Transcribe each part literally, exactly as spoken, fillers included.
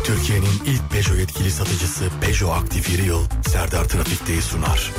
Türkiye'nin ilk Peugeot yetkili satıcısı Peugeot Aktif Yıl Serdar Trafik'teyi sunar.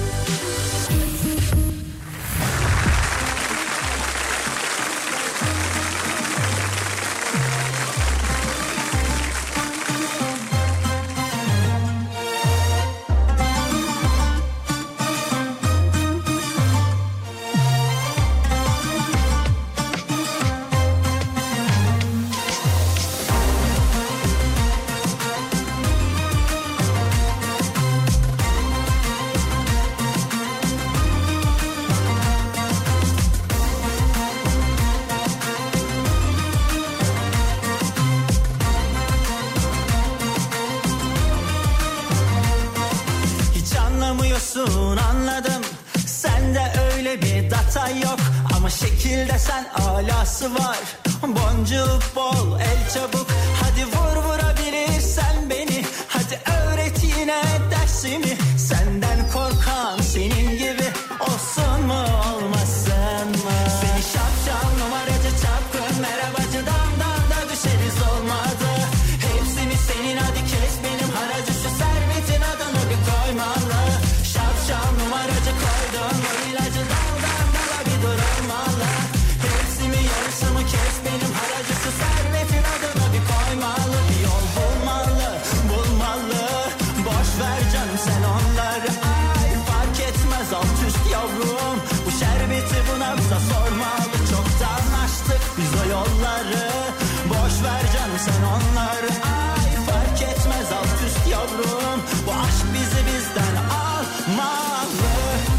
Anladım, sende öyle bir data yok, ama şekilde sen alası var. Boncuk bol, el çabuk, hadi vur vurabilirsen beni, hadi öğret yine dersimi. Senden korkan senin gibi olsun mu olmasın mı? Seni şapşal numaracı çapkın merhabacı damdan da düşeriz olmadı. Hepsi mi senin, hadi kes benim haracı, şu servetin adını bir koymalı. Şapşal numaracı koydun mu ilacı daldan dala bir durulmalı. Hepsi mi yarısı mı kes benim haracı, şu servetin adını bir koymalı. Bir yol bulmalı, bulmalı, boş ver canım sen onları, ay fark etmez alt üst yavrum. Bu şerbeti buna bize sormalı, çoktan açtık biz o yolları. Boş ver canım sen onları, ay fark etmez alt üst yavrum. Bu aşk bizi bizden almalı.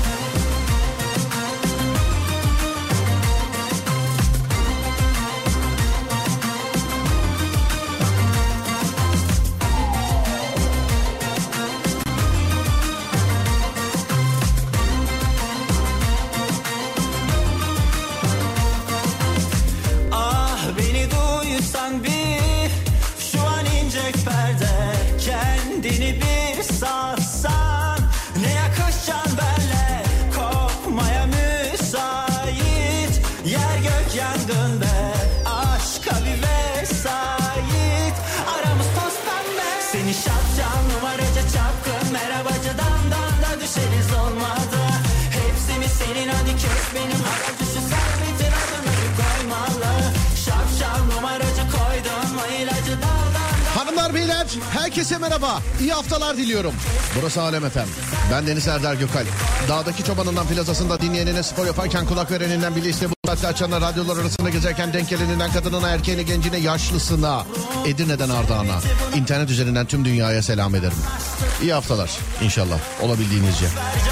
Ah beni duysan bir, şu an inecek perde, kendini bir satsan, ne yakışacaksın benle, kopmaya müsait, yer gök yangında, aşka bir vesait, aramız toz pembe. Seni şapşal numaracı çapkın merhabacı damdan da düşeriz olmadı. Hepsi mi senin, hadi kes benim haracı, şu servetin adını bir koymalı. Şapşal numaracı koydun mu ilacı daldan. Hanımlar beyler herkese merhaba. İyi haftalar diliyorum. Burası Alem Efem. Ben Deniz Serdar Gökal. Dağdaki çobanından plazasında dinleyenine, spor yaparken kulak vereninden, bile iste bu saatte açanlar, radyolar arasında gezerken denk geleninden, kadınına, erkeğine, gencine, yaşlısına, Edirne'den Ardahan'a, internet üzerinden tüm dünyaya selam ederim. İyi haftalar inşallah olabildiğinizce.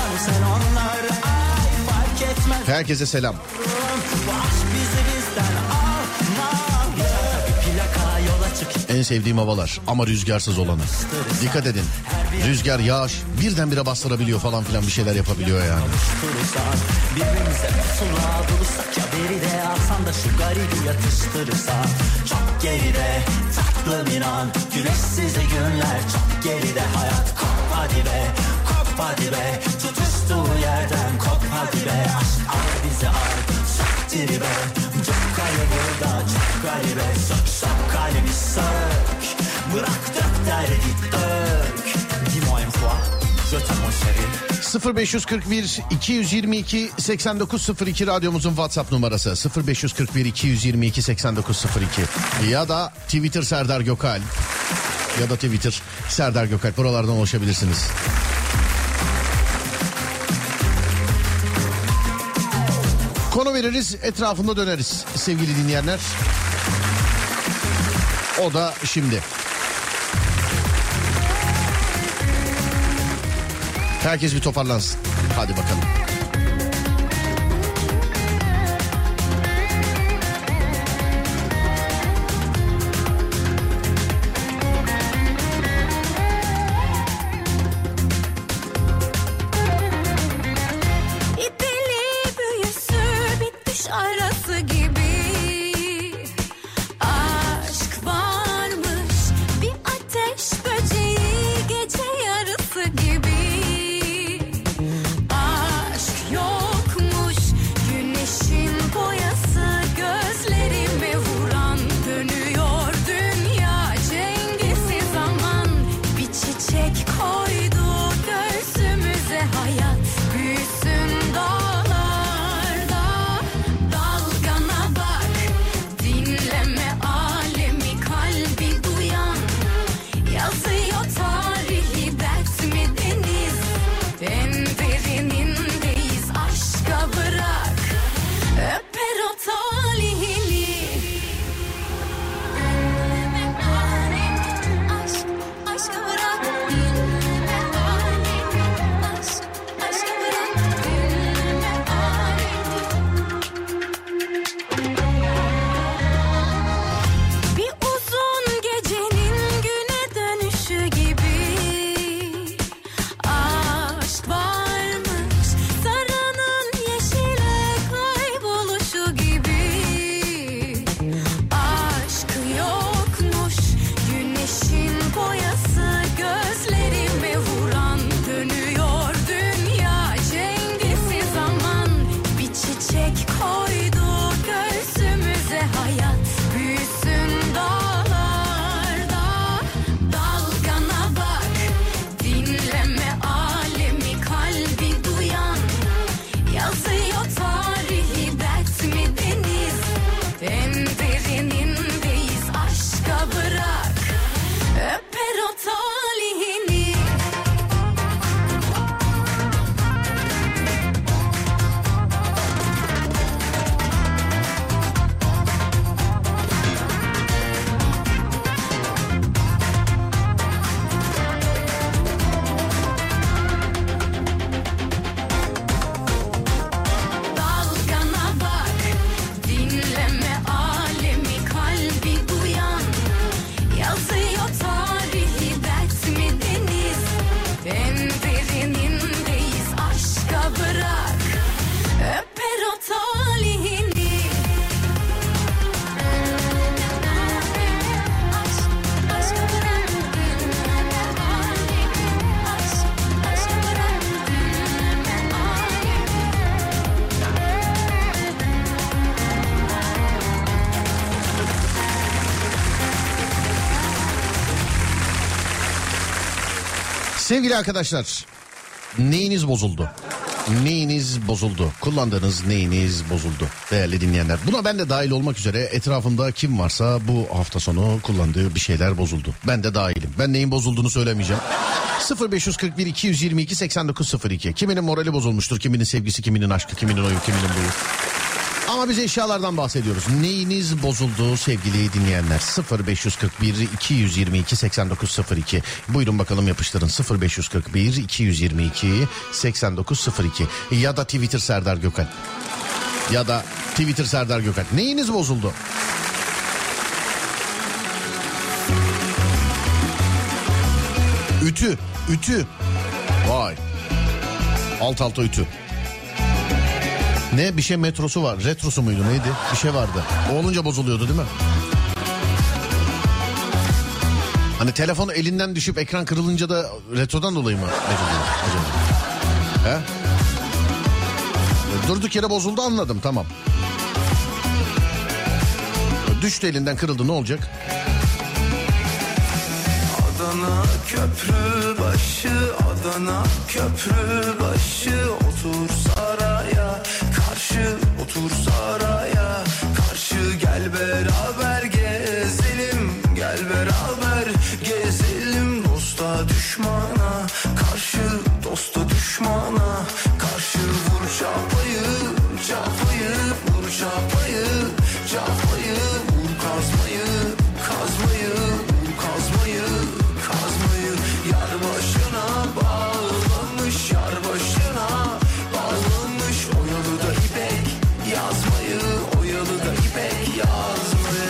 Herkese selam. En sevdiğim havalar ama rüzgarsız olanı. Dikkat edin. Rüzgar, yağış birdenbire bastırabiliyor falan filan, bir şeyler yapabiliyor yani. Birbirimize pusula bulursak ya, beri de alsan da şu garibi yatıştırırsa. Çok geride tatlım inan, güneşsiz günler çok geride. Hayat kop hadi be, kop hadi be, tutuştuğu yerden kop hadi be. Aşk al bizi al, sok diri be, çok kayı burada çok garibe. Sök sök kalemi sök, bırak dök derdi dök. Dis-moi une fois, je t'aime mon chéri. sıfır beş kırk bir iki yüz yirmi iki seksen dokuz sıfır iki radyomuzun WhatsApp numarası. sıfır beş kırk bir iki yüz yirmi iki seksen dokuz sıfır iki ya da Twitter Serdar Gökal ya da Twitter Serdar Gökal, buralardan ulaşabilirsiniz. Konu veririz, etrafında döneriz sevgili dinleyenler. O da şimdi. Herkes bir toparlansın. Hadi bakalım. Aşk Sevgili arkadaşlar, neyiniz bozuldu? Neyiniz bozuldu? Kullandığınız neyiniz bozuldu? Değerli dinleyenler. Buna ben de dahil olmak üzere etrafımda kim varsa bu hafta sonu kullandığı bir şeyler bozuldu. Ben de dahilim. Ben neyin bozulduğunu söylemeyeceğim. sıfır beş kırk bir iki yüz yirmi iki seksen dokuz sıfır iki. Kiminin morali bozulmuştur, kiminin sevgisi, kiminin aşkı, kiminin oyu, kiminin buyu. Ama biz eşyalardan bahsediyoruz. Neyiniz bozuldu sevgili dinleyenler? sıfır beş kırk bir iki yüz yirmi iki seksen dokuz sıfır iki. Buyurun bakalım, yapıştırın. sıfır beş kırk bir iki yüz yirmi iki seksen dokuz sıfır iki. Ya da Twitter Serdar Gökalp. Ya da Twitter Serdar Gökalp. Neyiniz bozuldu? Ütü, ütü. Vay. Alt alta ütü. Ne bir şey metrosu var. Retrosu muydu neydi? Bir şey vardı. O olunca bozuluyordu değil mi? Hani telefon elinden düşüp ekran kırılınca da retrodan dolayı mı bozuluyor acaba? He? Durduk yere bozuldu, anladım, tamam. Düştü elinden, kırıldı, ne olacak? Adana köprü başı, Adana köprü başı, otur saraya karşı, otur saraya karşı, gel beraber gezelim, gel beraber gezelim, dosta düşmana karşı, dosta düşmana karşı, vur çapayı, çapayı, vur çapayı, çapayı, vur kazmayı, kazmayı, vur kazmayı, kazmayı, yar başına bağlamış, yar başına bağlamış, oyalı da ipek yazmayı, oyalı da ipek yazmayı.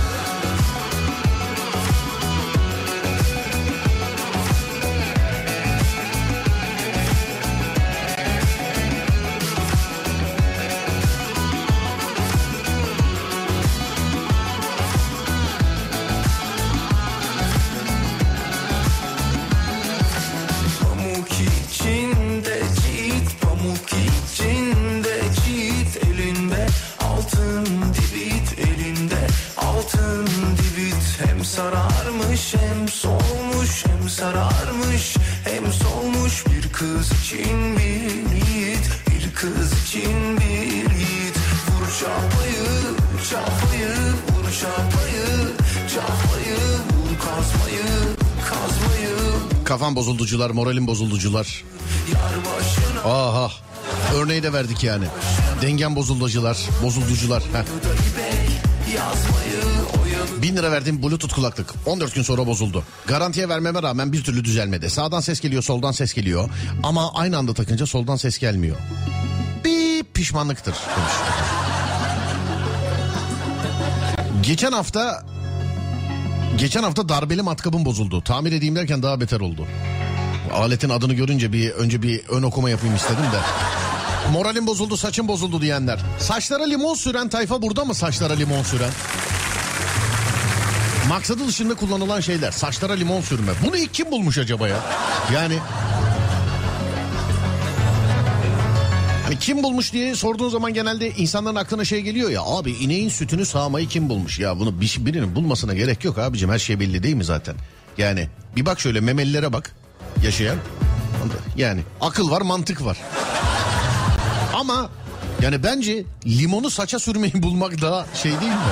Pamuk içinde cilt, pamuk içinde cilt, elinde altın dibit, elinde altın dibit, hem sararmış hem solmuş, hem sararmış hem solmuş, bir kız için bir yiğit, bir kız için bir yiğit, vur çapayı, çapayı, vur çapayı, çapayı, vur kazmayı, kazmayı. Kafam bozulducular, moralim bozulducular. Aha. Örneği de verdik yani. Dengem bozulducular, bozulducular. Heh. Bin lira verdim Bluetooth kulaklık. on dört gün sonra bozuldu. Garantiye vermeme rağmen bir türlü düzelmedi. Sağdan ses geliyor, soldan ses geliyor. Ama aynı anda takınca soldan ses gelmiyor. Bir pişmanlıktır demiş. Geçen hafta... Geçen hafta darbeli matkabım bozuldu. Tamir edeyim derken daha beter oldu. Aletin adını görünce bir önce bir ön okuma yapayım istedim de. Moralim bozuldu, saçım bozuldu diyenler. Saçlara limon süren tayfa burada mı, saçlara limon süren? Maksadı dışında kullanılan şeyler. Saçlara limon sürme. Bunu ilk kim bulmuş acaba ya? Yani... Hani kim bulmuş diye sorduğun zaman genelde insanların aklına şey geliyor ya. Abi ineğin sütünü sağmayı kim bulmuş? Ya bunu bir, birinin bulmasına gerek yok abicim. Her şey belli değil mi zaten? Yani bir bak şöyle memelilere bak. Yaşayan. Yani akıl var, mantık var. Ama yani bence limonu saça sürmeyi bulmak daha şey değil mi?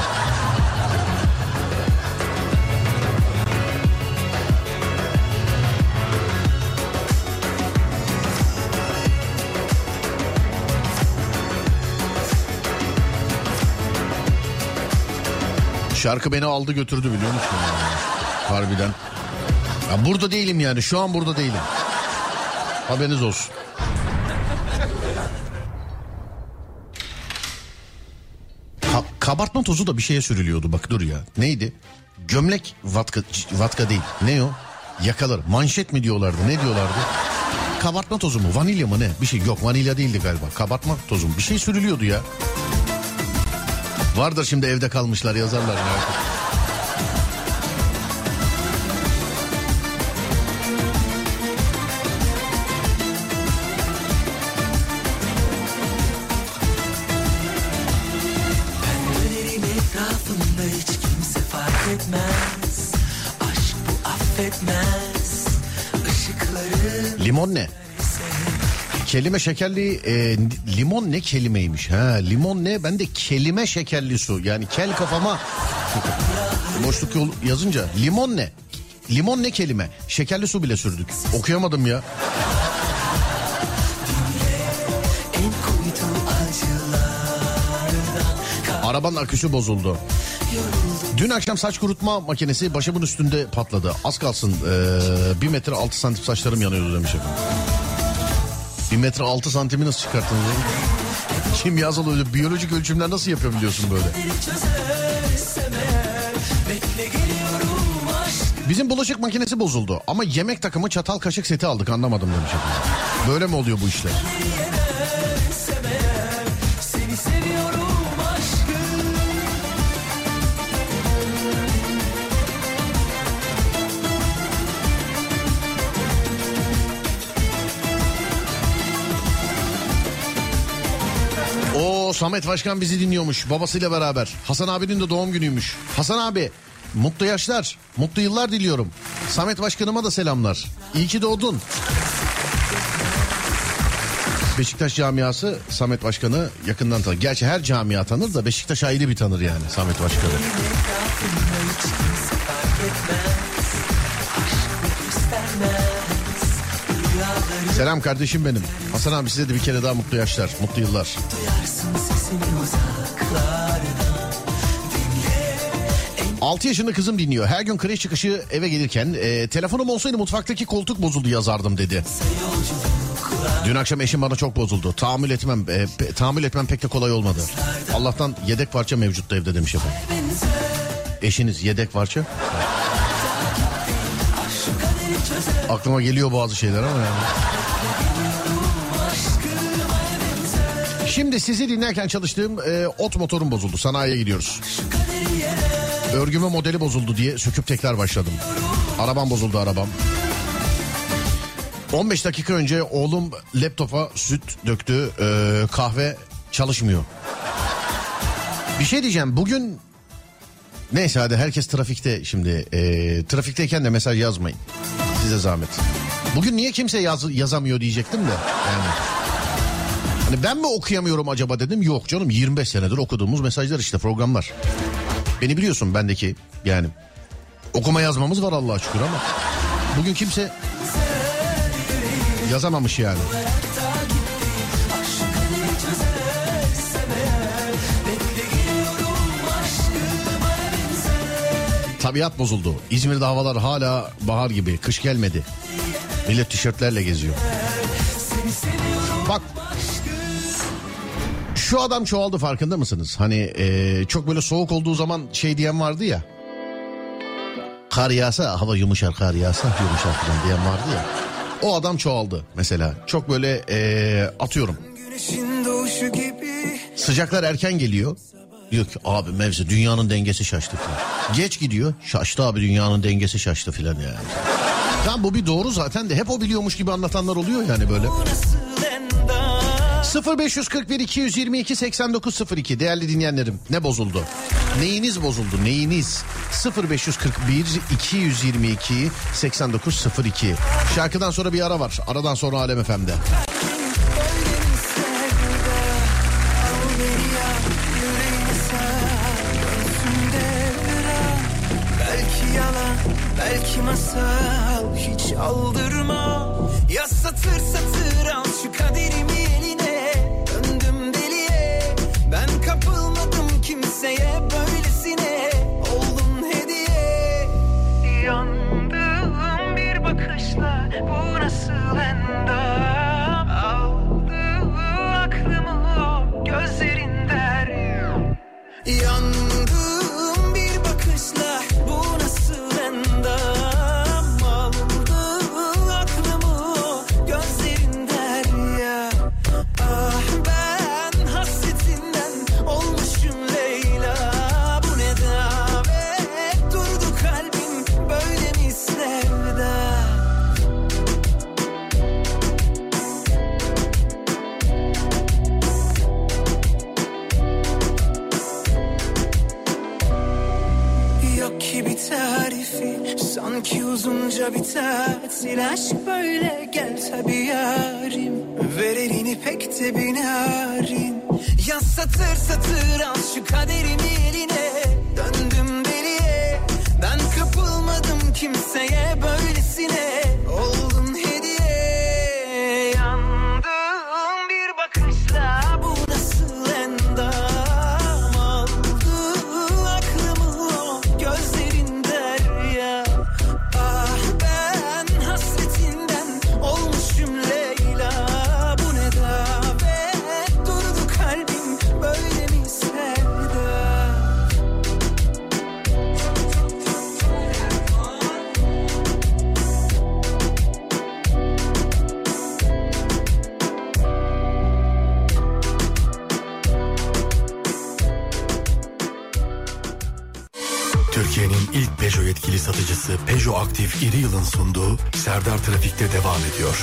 Şarkı beni aldı götürdü biliyor musun? Harbiden. Ya burada değilim yani, şu an burada değilim. Haberiniz olsun. Ka- kabartma tozu da bir şeye sürülüyordu, bak dur ya. Neydi? Gömlek vatka, vatka değil. Ne o? Yakalar. Manşet mi diyorlardı? Ne diyorlardı? Kabartma tozu mu? Vanilya mı ne? Bir şey yok, vanilya değildi galiba. Kabartma tozu mu? Bir şey sürülüyordu ya. Vardır şimdi, evde kalmışlar, yazarlar. Yani. Etmez, aşk bu affetmez, Limon ne? Kelime şekerli e, limon ne kelimeymiş? Ha, limon ne? Ben de kelime şekerli su. Yani kel kafama boşluk yol yazınca limon ne? Limon ne kelime? Şekerli su bile sürdük. Okuyamadım ya. Arabanın aküsü bozuldu. Dün akşam saç kurutma makinesi başımın üstünde patladı. Az kalsın ee, bir metre altı santim saçlarım yanıyordu demiş efendim. Bir metre altı santimi nasıl çıkarttınız? Kimyasal öyle biyolojik ölçümler nasıl yapıyorum biliyorsun böyle. Bizim bulaşık makinesi bozuldu ama yemek takımı çatal kaşık seti aldık, anlamadım demiş efendim. Böyle mi oluyor bu işler? O Samet Başkan bizi dinliyormuş babasıyla beraber. Hasan abinin de doğum günüymüş. Hasan abi mutlu yaşlar, mutlu yıllar diliyorum. Samet Başkanıma da selamlar. İyi ki doğdun. Beşiktaş camiası Samet Başkan'ı yakından tanır. Gerçi her camia tanır da Beşiktaş ayrı bir tanır yani Samet Başkan'ı. Selam kardeşim benim. Hasan abi size de bir kere daha mutlu yaşlar, mutlu yıllar. altı yaşında kızım dinliyor. Her gün kreş çıkışı eve gelirken e, telefonum olsaydı mutfaktaki koltuk bozuldu yazardım dedi. Dün akşam eşim bana çok bozuldu. Tahammül etmem, e, pe, tahammül etmem pek de kolay olmadı. Allah'tan yedek parça mevcuttu evde demiş efendim. Eşiniz yedek parça? Aklıma geliyor bazı şeyler ama yani. Şimdi sizi dinlerken çalıştığım e, ot motorum bozuldu. Sanayiye gidiyoruz. Örgüme modeli bozuldu diye söküp tekrar başladım. Arabam bozuldu arabam. on beş dakika önce oğlum laptopa süt döktü. E, kahve çalışmıyor. Bir şey diyeceğim. Bugün neyse hadi herkes trafikte şimdi. E, trafikteyken de mesaj yazmayın. Size zahmet. Bugün niye kimse yaz, yazamıyor diyecektim de. Yani. Hani ben mi okuyamıyorum acaba dedim. Yok canım, yirmi beş senedir okuduğumuz mesajlar işte, programlar. Beni biliyorsun bendeki yani. Okuma yazmamız var Allah'a şükür ama. Bugün kimse yazamamış yani. Tabiat bozuldu. İzmir'de havalar hala bahar gibi. Kış gelmedi. Millet tişörtlerle geziyor. Bak. Şu adam çoğaldı, farkında mısınız? Hani ee, çok böyle soğuk olduğu zaman şey diyen vardı ya. Kar yağsa hava yumuşar, kar yağsa yumuşar falan diyen vardı ya. O adam çoğaldı mesela. Çok böyle ee, atıyorum. Sıcaklar erken geliyor. Diyor ki abi mevzu dünyanın dengesi şaştı falan. Geç gidiyor, şaştı abi dünyanın dengesi şaştı filan yani. Tamam, bu bir doğru zaten de hep o biliyormuş gibi anlatanlar oluyor yani böyle. sıfır beş kırk bir iki yüz yirmi iki seksen dokuz sıfır iki değerli dinleyenlerim, ne bozuldu? Neyiniz bozuldu? Neyiniz? sıfır beş kırk bir iki yüz yirmi iki seksen dokuz sıfır iki. Şarkıdan sonra bir ara var. Aradan sonra Alem F M'de. Belki masal hiç aldırma. Ya satır satır al şu kaderimi eline. Döndüm deliye. Ben kapılmadım kimseye böylesine. Oldum hediye. Yandığım bir bakışla bu nasıl endam. Aldı aklımı o gözlerin derya. Yandığım bir bakışla bu nasıl endam. Aldı aklımı o gözlerin derya. Ah ben hasretinden olmuşum Leyla. Sanki uzunca biter aşk böyle, gel tabi yarim. Ver elini pek de binarin. Yaz satır satır al şu kaderimi eline. Döndüm deliye, ben kapılmadım kimseye böylesine. Oldun hediye, yandım bir bakışla. Bu nasıl endam, aldı aklımı o gözlerin derya. Ah ben hasretinden olmuşum Leyla. Bu ne davet, durdu kalbim böyle mi sevda? Türkiye'nin ilk Peugeot yetkili satıcısı Peugeot Aktif İri Yıl'ın sunduğu Serdar Trafik'te devam ediyor.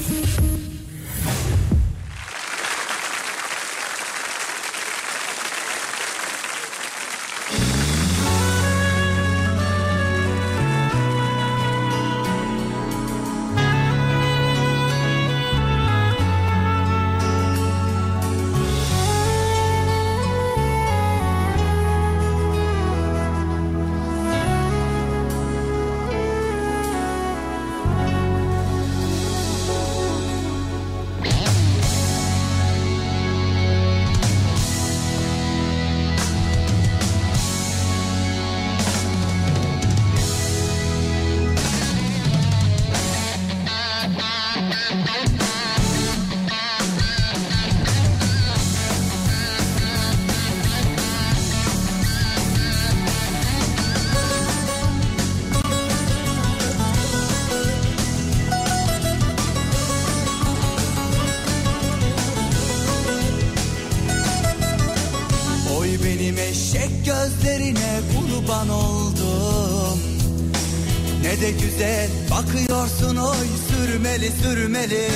Benim eşek gözlerine kurban oldum. Ne de güzel bakıyorsun oy sürmeli sürmeli.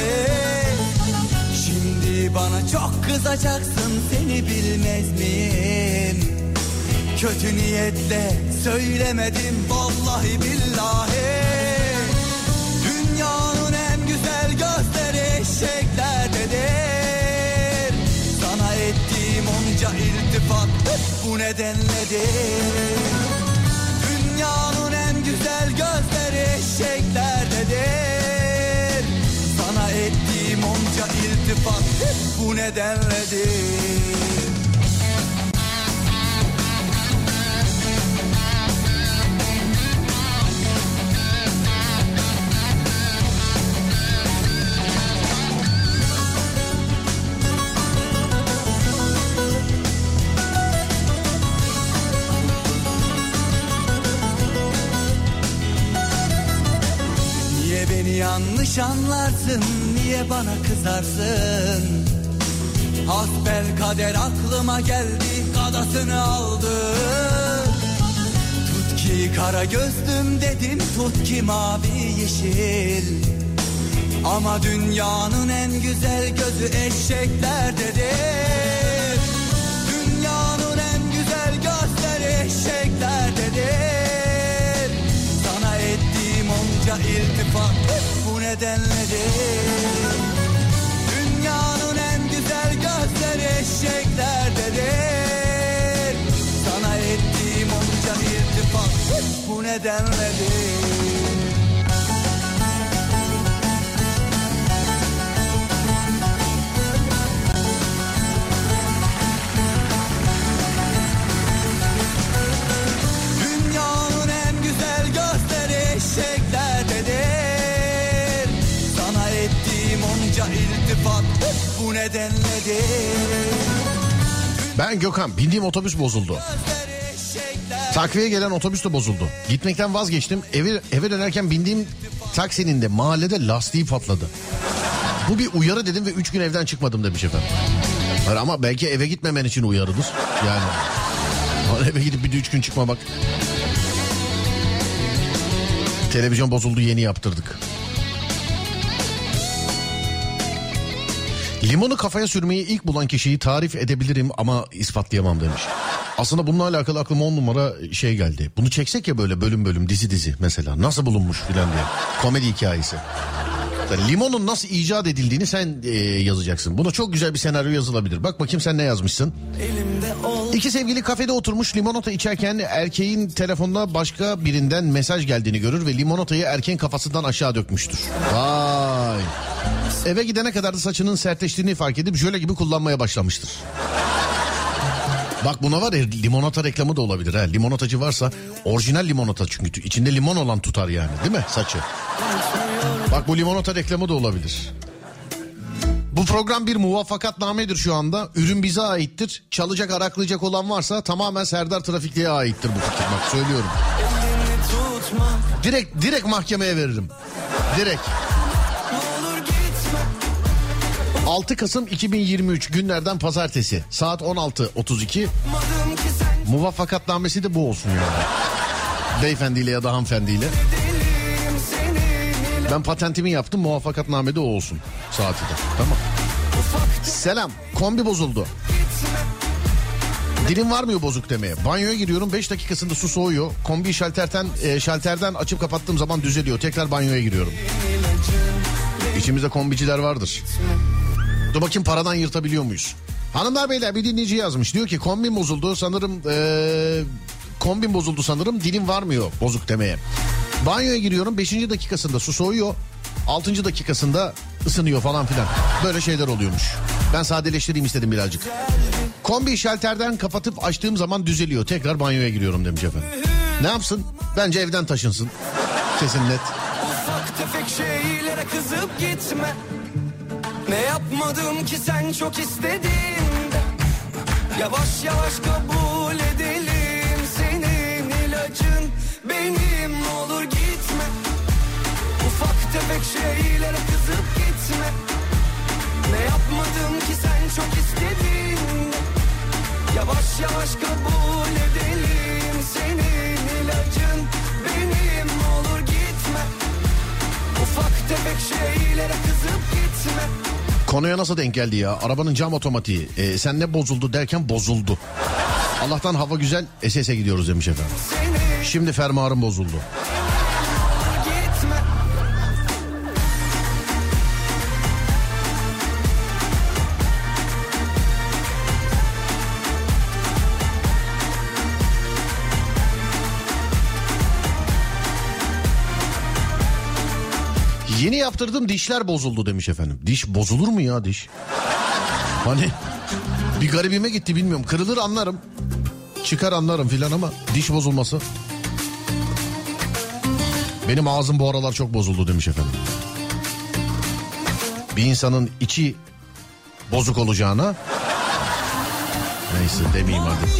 Şimdi bana çok kızacaksın, seni bilmez miyim? Kötü niyetle söylemedim vallahi billahi. Dünyanın en güzel gözleri eşeklerdedir. Sana ettiğim onca iltifat bu nedenledir. Dünyanın en güzel gözleri eşeklerdedir. Sana ettiğim onca iltifat bu nedenledir. Beni yanlış anlarsın, niye bana kızarsın? Hasbel kader aklıma geldi, kadasını aldı. Tut ki kara gözlüm dedim, tut ki mavi yeşil. Ama dünyanın en güzel gözü eşeklerdedir. Dünyanın en güzel gözleri eşeklerdedir. Sana ettiğim onca iltifat bu nedenledir. Dünyanın en güzel gözleri eşeklerdedir. Sana ettiğim onca iltifat bu nedenledir. Dünyanın en güzel gözleri eşeklerdedir. Sana ettiğim onca iltifat bu nedenledir. Ben Gökhan, bindiğim otobüs bozuldu. Takviye gelen otobüs de bozuldu. Gitmekten vazgeçtim. Eve, eve dönerken bindiğim taksinin de mahallede lastiği patladı. Bu bir uyarı dedim ve üç gün evden çıkmadım demiş efendim. Ama belki eve gitmemen için uyarıdır. Yani eve gidip bir de üç gün çıkmamak. Televizyon bozuldu, yeni yaptırdık. Limonu kafaya sürmeyi ilk bulan kişiyi tarif edebilirim ama ispatlayamam demiş. Aslında bununla alakalı aklıma on numara şey geldi. Bunu çeksek ya böyle bölüm bölüm dizi dizi mesela. Nasıl bulunmuş filan diye. Komedi hikayesi. Yani limonun nasıl icat edildiğini sen e, yazacaksın. Buna çok güzel bir senaryo yazılabilir. Bak bakayım sen ne yazmışsın. İki sevgili kafede oturmuş limonata içerken erkeğin telefonuna başka birinden mesaj geldiğini görür ve limonatayı erkeğin kafasından aşağı dökmüştür. Vay. Eve gidene kadar da saçının sertleştiğini fark edip jöle gibi kullanmaya başlamıştır. Bak buna var ya, limonata reklamı da olabilir ha. Limonatacı varsa orijinal limonata, çünkü içinde limon olan tutar yani, değil mi saçı? Bak bu limonata reklamı da olabilir. Bu program bir muvaffakatnamedir şu anda. Ürün bize aittir. Çalacak, araklayacak olan varsa tamamen Serdar Trafik'e aittir bu fikir. Bak söylüyorum. Direkt direkt mahkemeye veririm. Direkt. altı Kasım iki bin yirmi üç günlerden pazartesi saat on altı otuz iki. Muvaffakatnamesi de bu olsun yani. Beyefendiyle ya da hanımefendiyle. Ben patentimi yaptım, muvaffakatnamede o olsun saati de. Tamam. Selam, kombi bozuldu. Dilim varmıyor bozuk demeye. Banyoya giriyorum, beş dakikasında su soğuyor. Kombiyi şalterden, e, şalterden açıp kapattığım zaman düzeliyor. Tekrar banyoya giriyorum. İçimizde kombiciler vardır. Dur bakayım paradan yırtabiliyor muyuz? Hanımlar beyler, bir dinleyici yazmış. Diyor ki kombin bozuldu sanırım. Ee, kombin bozuldu sanırım. Dilim varmıyor bozuk demeye. Banyoya giriyorum, beşinci dakikasında su soğuyor. altıncı dakikasında ısınıyor falan filan. Böyle şeyler oluyormuş. Ben sadeleştireyim istedim birazcık. Kombi şalterden kapatıp açtığım zaman düzeliyor. Tekrar banyoya giriyorum demiş efendim. Ne yapsın? Bence evden taşınsın. Kesin net. Ufak tefek şeylere kızıp gitme. Ne yapmadım ki sen çok istediğinde. Yavaş yavaş kabul edelim, senin ilacın benim, olur gitme. Ufak tefek şeylere kızıp gitme. Ne yapmadım ki sen çok istediğinde. Yavaş yavaş kabul edelim, senin ilacın benim, olur gitme. Ufak tefek şeylere kızıp gitme. Konuya nasıl denk geldi ya? Arabanın cam otomatiği. Ee, sen ne bozuldu derken bozuldu. Allah'tan hava güzel, S S'e gidiyoruz demiş efendim. Şimdi fermuarım bozuldu. Yeni yaptırdım, dişler bozuldu demiş efendim. Diş bozulur mu ya diş? Hani bir garibime gitti, bilmiyorum. Kırılır anlarım. Çıkar anlarım filan ama diş bozulması. Benim ağzım bu aralar çok bozuldu demiş efendim. Bir insanın içi bozuk olacağına... Neyse demeyeyim hadi.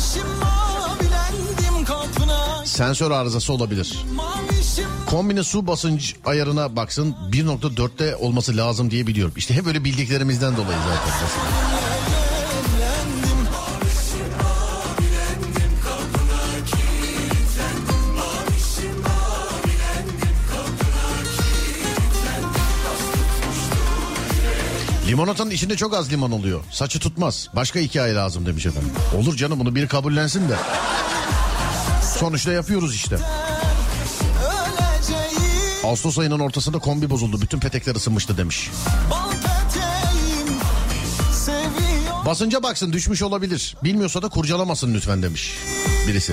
Sensör arızası olabilir. Kombine su basınç ayarına baksın, bir nokta dörtte olması lazım diye biliyorum. İşte hep böyle bildiklerimizden dolayı zaten. Limonatanın içinde çok az limon oluyor. Saçı tutmaz. Başka hikaye lazım demiş efendim. Olur canım, bunu bir kabullensin de. Sonuçta yapıyoruz işte. Ağustos ayının ortasında kombi bozuldu. Bütün petekler ısınmıştı demiş. Basınca baksın, düşmüş olabilir. Bilmiyorsa da kurcalamasın lütfen demiş birisi.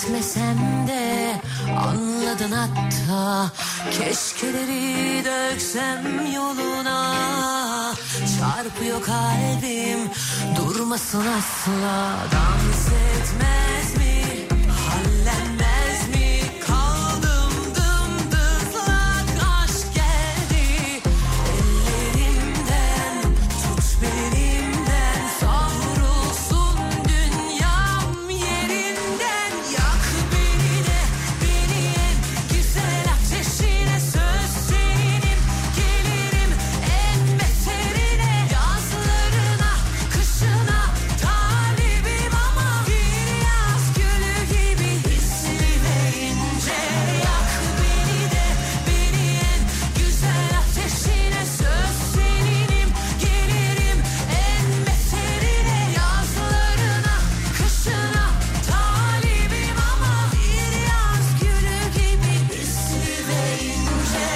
etmesem de anladın hatta. Keşkeleri döksem yoluna. Çarpıyor kalbim, durmasın asla. Dans etmez mi, hallenmez mi? Kaldım dımdızlak, aşk geldi ellerimden. Tut belimden, savrulsun dünyam yerinden. Yak beni de, beni en güzel ateşine. Söz seninim, gelirim en beterine. Yazlarına, kışına talibim ama bir yaz gülü gibi hisli ve ince. Yak beni de, beni en güzel ateşine. Söz seninim, gelirim en beterine. Yazlarına, kışına talibim ama bir yaz gülü gibi hisli ve ince.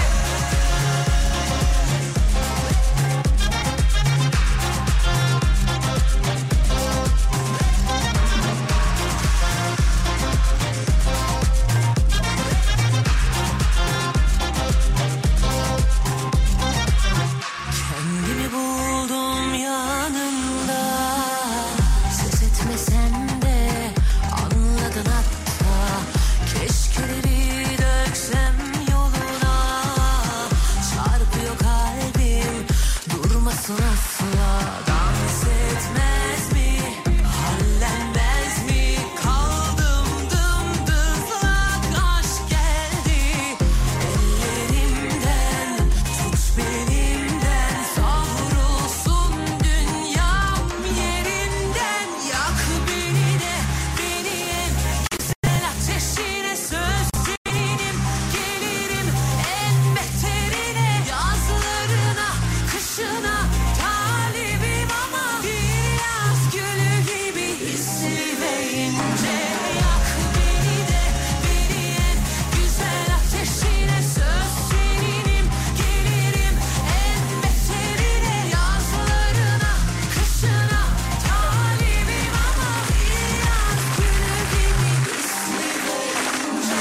Kendimi buldum yanında. Ses etmesen de anladın hatta. Keşkeleri döksem yoluna. Çarpıyor kalbim, durmasın asla. Dans etmez mi, hallenmez mi? Kaldım dımdızlak, aşk geldi ellerimden. Tut belimden, savrulsun dünyam yerinden. Yak beni de, beni en güzel ateşine. Söz seninim, gelirim en beterine. Yazlarına, kışına talibim ama bir yaz gülü gibi hisli ve ince. Yak beni de, beni en güzel ateşine. Söz seninim, gelirim en beterine. Yazlarına, kışına talibim ama bir yaz gülü gibi hisli ve ince.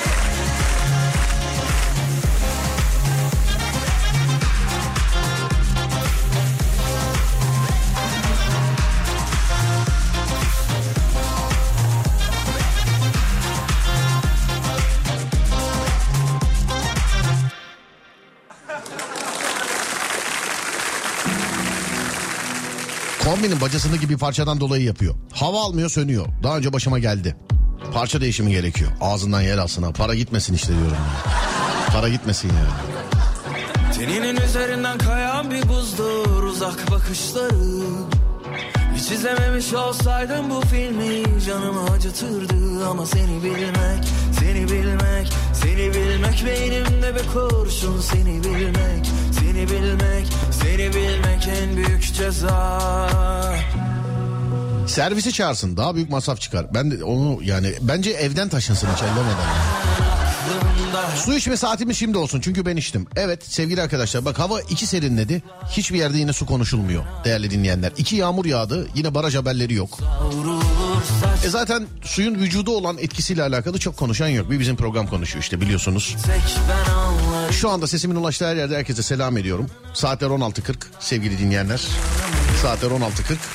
Kombinin bacasını gibi parçadan dolayı yapıyor. Hava almıyor, sönüyor. Daha önce başıma geldi. Parça değişimi gerekiyor. Ağzından yer alsın ha. Para gitmesin işte diyorum. Ya. Para gitmesin ya. Teninin üzerinden kayan bir buzdur uzak bakışları. Hiç izlememiş olsaydım bu filmi canımı acıtırdı. Ama seni bilmek, seni bilmek, seni bilmek beynimde bir kurşun. Seni bilmek, seni bilmek, seni bilmek en büyük ceza. Servisi çağırsın, daha büyük masraf çıkar. Ben de onu yani bence evden taşınsın hiç ellemeden. Su içme saatimiz şimdi olsun çünkü ben içtim. Evet sevgili arkadaşlar, bak hava iki serinledi. Hiçbir yerde yine su konuşulmuyor değerli dinleyenler. İki yağmur yağdı, yine baraj haberleri yok. E zaten suyun vücuda olan etkisiyle alakalı çok konuşan yok. Bir bizim program konuşuyor işte, biliyorsunuz. Şu anda sesimin ulaştığı her yerde herkese selam ediyorum. Saatler on altı kırk sevgili dinleyenler. Saatler on altı kırk.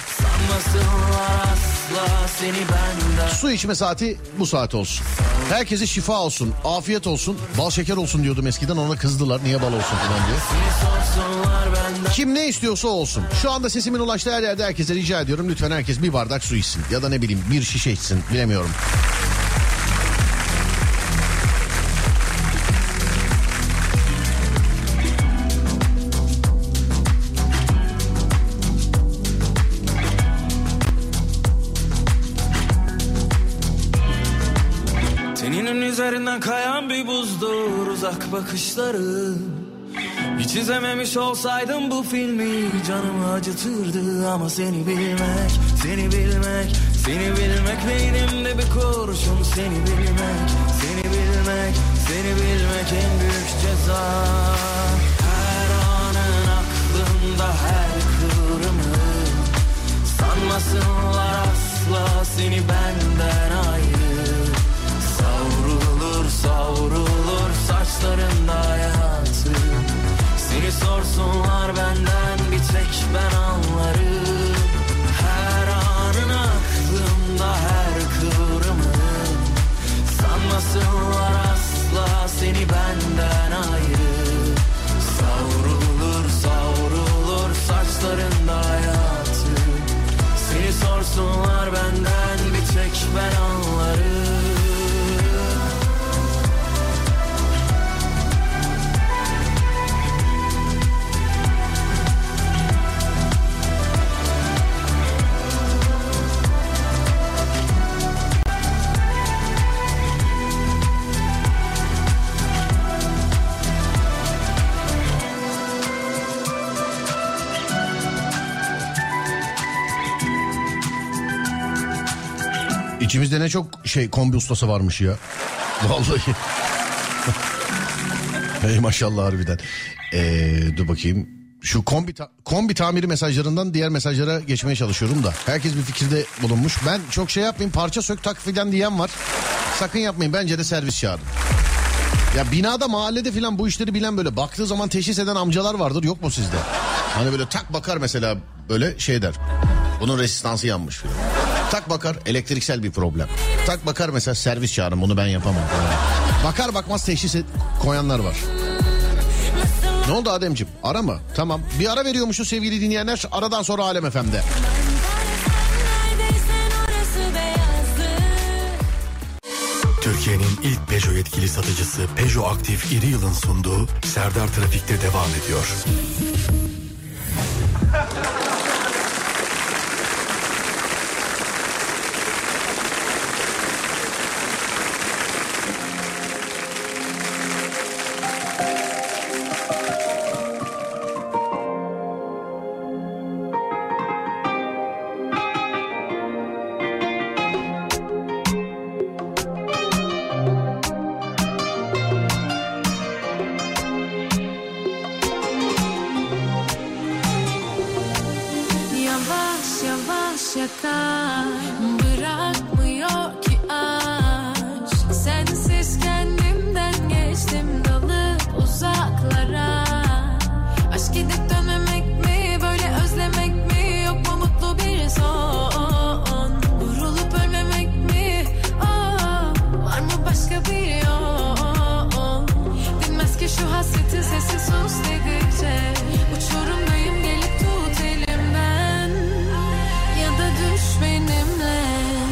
Su içme saati bu saat olsun. Herkese şifa olsun, afiyet olsun, bal şeker olsun diyordum eskiden, ona kızdılar. Niye bal olsun falan diye. Kim ne istiyorsa olsun. Şu anda sesimin ulaştığı her yerde herkese rica ediyorum. Lütfen herkes bir bardak su içsin. Ya da ne bileyim bir şişe içsin, bilemiyorum. Üzerinden kayan bir buzdur uzak bakışları. Hiç izlememiş olsaydım bu filmi canımı acıtırdı. Ama seni bilmek, seni bilmek, seni bilmek beynimde bir kurşun. Seni bilmek, seni bilmek, seni bilmek en büyük ceza. Her anın aklımda her kıvrımı. Sanmasınlar asla seni benden ayrı. sorsunlar benden, bir tek ben anlarım. Her anın aklımda, her kıvrımın. Sanmasınlar asla seni benden ayrı. Savrulur savrulur saçlarında hayatım. Seni sorsunlar benden, bir tek ben anlarım. İçimizde ne çok şey kombi ustası varmış ya. Vallahi. Hey maşallah harbiden. Ee, dur bakayım. Şu kombi ta- kombi tamiri mesajlarından diğer mesajlara geçmeye çalışıyorum da. Herkes bir fikirde bulunmuş. Ben çok şey yapmayayım, parça sök tak filan diyen var. Sakın yapmayın, bence de servis çağırın. Ya binada, mahallede filan bu işleri bilen, böyle baktığı zaman teşhis eden amcalar vardır, yok mu sizde? Hani böyle tak bakar mesela, böyle şey der. Bunun rezistansı yanmış filan. Tak bakar elektriksel bir problem. Tak bakar mesela servis çağırın, bunu ben yapamam. Bakar bakmaz teşhis et, koyanlar var. Ne oldu Ademciğim? Ara mı? Tamam. Bir ara veriyormuşuz sevgili dinleyenler. Aradan sonra Alem F M'de. Türkiye'nin ilk Peugeot yetkili satıcısı Peugeot Aktif İri Yıl'ın sunduğu Serdar Trafik'te devam ediyor. Bırakmıyor ki aşk. Sensiz kendimden geçtim, dalıp uzaklara. Aşk gidip dönmemek mi, böyle özlemek mi, yok mu mutlu bir son? Vurulup ölmemek mi, oh, var mı başka bir yol? Dinmez ki şu hasretin sesi, sus dedikçe. Uçurumdayım, gelip tut elimden, ya da düş benimle.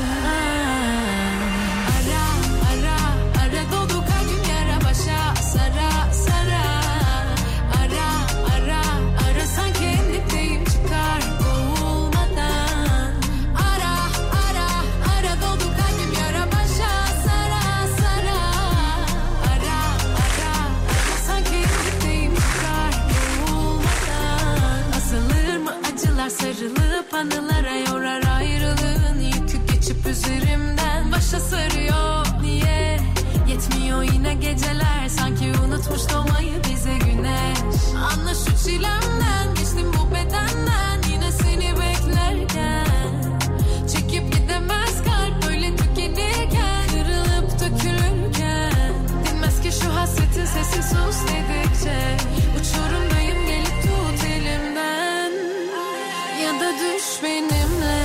Ara ara ara, dolu kalbim yara başa sara sara. Ara ara ara, sanki en dipteyim, çıkar boğulmadan. Ara ara ara, dolu kalbim yara başa sara sara. Ara ara ara, sanki en dipteyim, çıkar boğulmadan. Asılır mı acılar, sarılıp anılara yorar ayrılığın yükü, geçip üzerimden başa sarıyor. Niye yetmiyor yine geceler, sanki unutmuş doğmayı bize güneş. Anla şu çilemden, geçtim bu bedenden, yine seni beklerken. Çekip gidemez kalp böyle tükenirken, kırılıp dökülürken. Dinmez ki şu hasretin sesi, sus dedikçe. Uçurumdayım, gelip tut elimden, ya da düş benimle.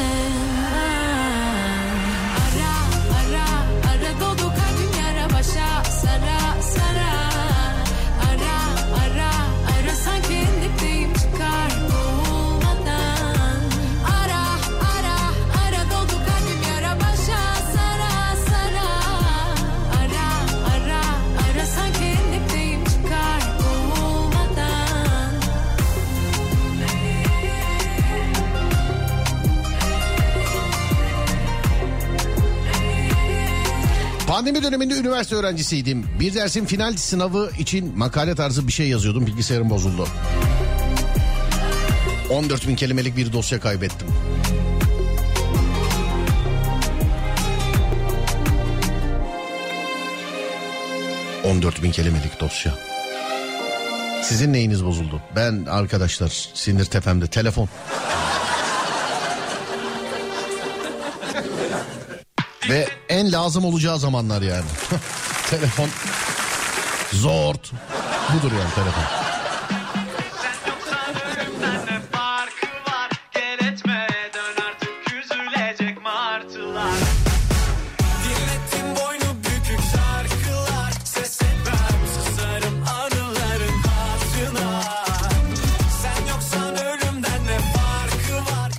Ara ara ara, dolu kalbim yara başa sara sara. Ara ara ara, sanki en dipteyim, çıkar boğulmadan. Ara ara ara, dolu kalbim yara başa sara sara. Ara ara ara, sanki en dipteyim, çıkar boğulmadan. Pandemi döneminde üniversite öğrencisiydim. Bir dersin final sınavı için makale tarzı bir şey yazıyordum. Bilgisayarım bozuldu. on dört bin kelimelik bir dosya kaybettim. on dört bin kelimelik dosya. Sizin neyiniz bozuldu? Ben arkadaşlar sinir tepemde, telefon. Ve en lazım olacağı zamanlar yani. Telefon. Zort. Budur yani telefon.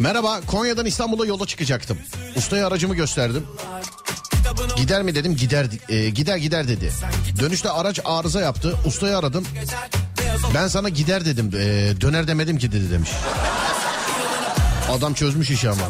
Merhaba, Konya'dan İstanbul'a yola çıkacaktım. Ustaya aracımı gösterdim. Gider mi dedim, gider e, gider gider dedi. Dönüşte araç arıza yaptı. Ustayı aradım. Ben sana gider dedim, e, döner demedim ki dedi demiş. Adam çözmüş işi ama.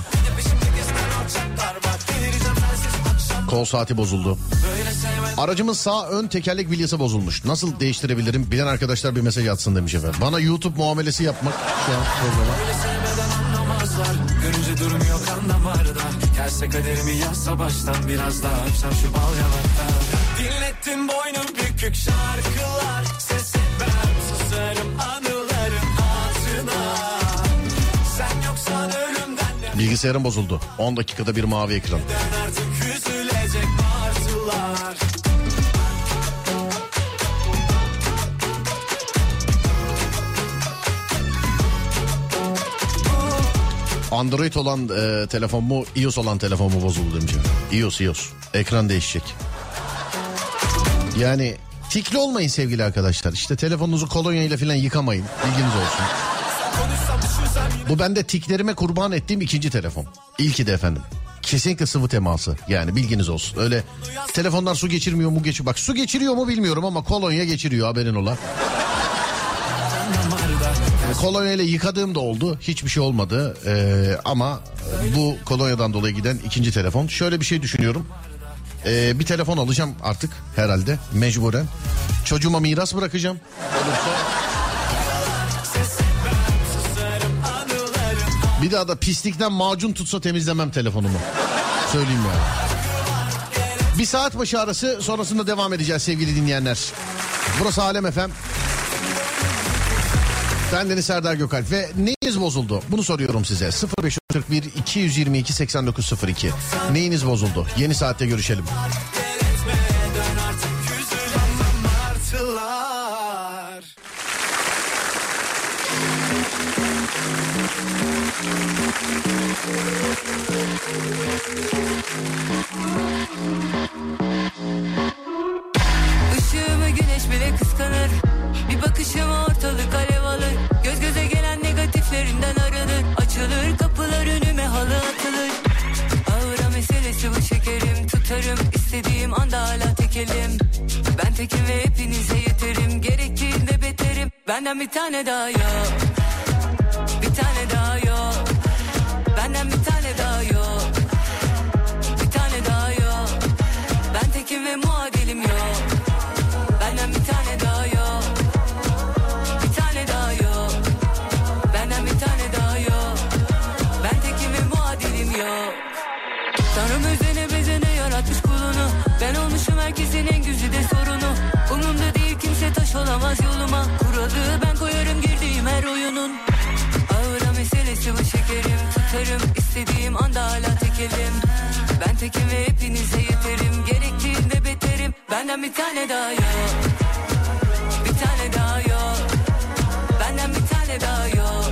Kol saati bozuldu. Aracımın sağ ön tekerlek bilyası bozulmuş. Nasıl değiştirebilirim? Bilen arkadaşlar bir mesaj atsın demiş efendim. Bana YouTube muamelesi yapmak şu an programa. Görünce durum yok anlamarda. Gelse kaderimi yazsa baştan biraz daha öpsem şu bal yanakta. Dinlettim boynum bükük şarkılar. Ses etmem susarım anılarım hatırına. Sen yoksan ölümden de... Bilgisayarım bozuldu. on dakikada bir mavi ekran. Artık üzülecek martılar. Android olan e, telefon mu, iOS olan telefon mu bozuldu demiş. iOS, iOS. Ekran değişecek. Yani tikli olmayın sevgili arkadaşlar. İşte telefonunuzu kolonya ile falan yıkamayın. Bilginiz olsun. Bu ben de tiklerime kurban ettiğim ikinci telefon. İlki de efendim. Kesinlikle sıvı teması. Yani bilginiz olsun. Öyle telefonlar su geçirmiyor mu geçiyor. Bak su geçiriyor mu bilmiyorum ama kolonya geçiriyor, haberin ola. Kolonya ile yıkadığım da oldu. Hiçbir şey olmadı. Ee, ama bu kolonyadan dolayı giden ikinci telefon. Şöyle bir şey düşünüyorum. Ee, bir telefon alacağım artık herhalde. Mecburen. Çocuğuma miras bırakacağım. Olursa... Bir daha da pislikten macun tutsa temizlemem telefonumu. Söyleyeyim yani. Bir saat başı arası, sonrasında devam edeceğiz sevgili dinleyenler. Burası Alem F M. Ben Deniz Serdar Gökalp ve neyiniz bozuldu? Bunu soruyorum size. sıfır beş kırk bir iki yüz yirmi iki seksen dokuz sıfır iki. Neyiniz bozuldu? Yeni saatte görüşelim. Işığımı güneş bile kıskanır. Bir bakışıma ortalık alev alır. Göz göze gelen negatiflerinden arınır. Açılır kapılar önüme, halı atılır. Ağıra meselesi bu, şekerim tutarım. İstediğim anda hala tekelim. Ben tekim ve hepinize yeterim. Gerektiğinde beterim. Benden bir tane daha yok. Bir tane daha yok. Benden bir tane daha yok. Bir tane daha yok. Ben tekim ve muadilim yok. Benden bir tane daha yok. Bir tane daha yok. Benden bir tane daha yok. Ben tekim ve muadilim yok. Tanrım özene bezene yaratmış kulunu. Ben olmuşum herkesin en güzide sorunu. Umurumda değil kimse, taş olamaz yoluma. Kuralı ben koyarım girdiğim her oyunun. Ağıra meselesi bu, şekerim tutarım. İstediğim anda hala tekelim. Ben tekim ve hepinize yeterim. Gerektiğinde beterim. Benden bir tane daha yok. Bir tane daha yok. Benden bir tane daha yok.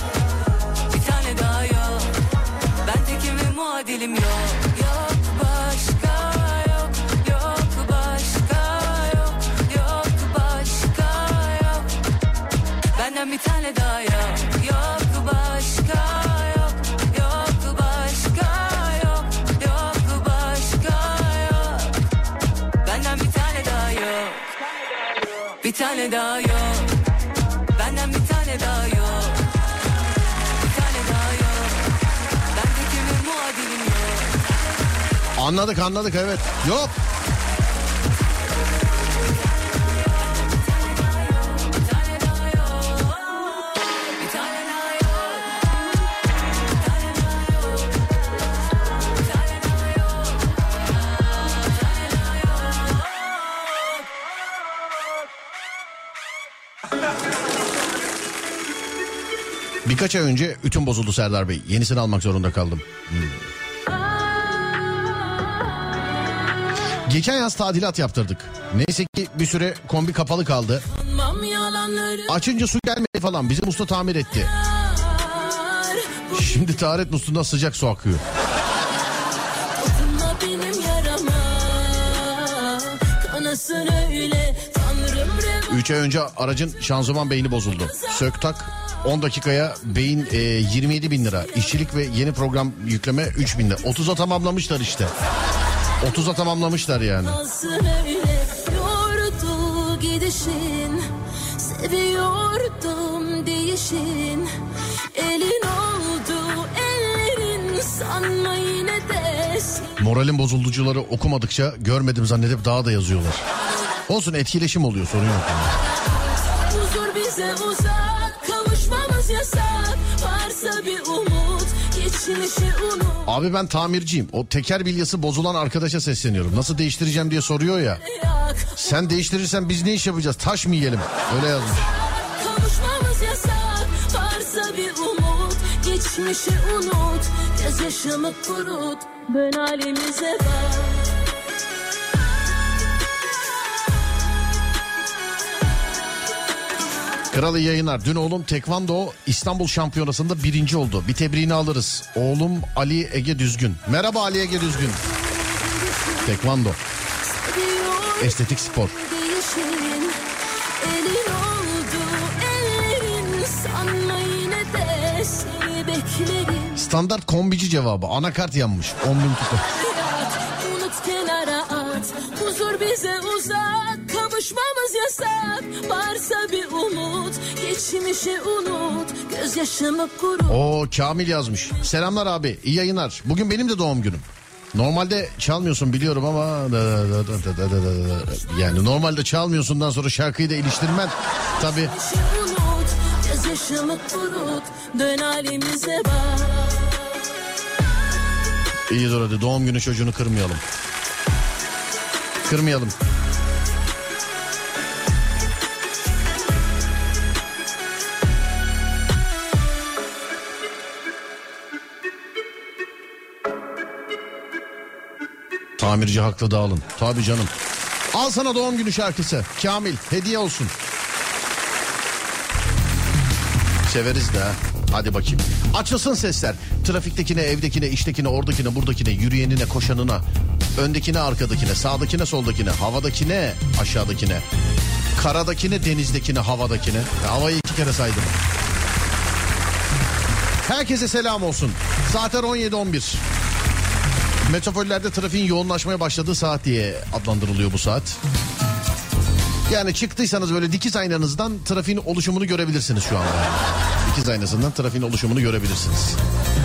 Bir tane daha yok. Ben tekim ve muadilim yok. Yok başka yok. Yok başka yok. Yok başka yok. Benden bir tane daha yok. Yok başka yok. Yok başka yok. Yok başka yok. Benden bir tane daha yok. Bir tane daha yok. Benden bir tane daha yok. Bir tane daha yok. Ben de kimin muadilim yok. Anladık anladık evet. Yok. Birkaç ay önce ütüm bozuldu Serdar Bey. Yenisini almak zorunda kaldım. Hmm. Geçen yaz tadilat yaptırdık. Neyse ki bir süre kombi kapalı kaldı. Açınca su gelmedi falan. Bizim usta tamir etti. Şimdi taharet musluğundan sıcak su akıyor. üç ay önce aracın şanzıman beyni bozuldu. Sök tak on dakikaya beyin e, yirmi yedi bin lira. İşçilik ve yeni program yükleme üç bin lira. otuza tamamlamışlar işte. otuza tamamlamışlar yani. Yordu gidişin, seviyordum değişin. Elin oldu ellerin, sanma yine de. Moralim bozulducuları okumadıkça görmedim zannedip daha da yazıyorlar. Olsun, etkileşim oluyor, sorun yok. Huzur bize uzak, kavuşmamız yasak. Varsa bir umut, geçmişi unut. Abi ben tamirciyim. O teker bilyası bozulan arkadaşa sesleniyorum. Nasıl değiştireceğim diye soruyor ya. Sen değiştirirsen biz ne iş yapacağız? Taş mı yiyelim? Öyle yazmış. Kavuşmamız yasak. Varsa bir umut, geçmişi unut. Gözyaşımı kurut, dön halimize bak. Kral iyi yayınlar. Dün oğlum tekvando İstanbul Şampiyonası'nda birinci oldu. Bir tebriğini alırız. Oğlum Ali Ege Düzgün. Merhaba Ali Ege Düzgün. Tekvando. Estetik spor. Değişin, elin oldu ellerin, sanma yine de seni beklerim. Standart kombici cevabı. Anakart yanmış. on bin tutu. Unut kenara at, huzur bize uzak, kavuşmamız yasak. Varsa bir umut, geçmişi unut, gözyaşımı kurut. Oo Kamil yazmış. Selamlar abi, iyi yayınlar. Bugün benim de doğum günüm. Normalde çalmıyorsun biliyorum ama yani normalde çalmıyorsundan sonra şarkıyı da iliştirmen tabii. Unut, gözyaşımı kurut, dön halimize bak. İyi dur hadi, doğum günü çocuğunu kırmayalım. Kırmayalım. Tamirci haklı, dağılın. Tabii canım. Al sana doğum günü şarkısı. Kamil, hediye olsun. Severiz de ha. Hadi bakayım. Açılsın sesler. Trafiktekine, evdekine, iştekine, oradakine, buradakine, yürüyenine, koşanına, öndekine, arkadakine, sağdakine, soldakine, havadakine, aşağıdakine, karadakine, denizdekine, havadakine. Havayı iki kere saydım. Herkese selam olsun. Saatler on yedi on bir. Metropollerde trafiğin yoğunlaşmaya başladığı saat diye adlandırılıyor bu saat. Yani çıktıysanız böyle dikiz aynanızdan trafiğin oluşumunu görebilirsiniz şu anda. Dikiz aynasından trafiğin oluşumunu görebilirsiniz.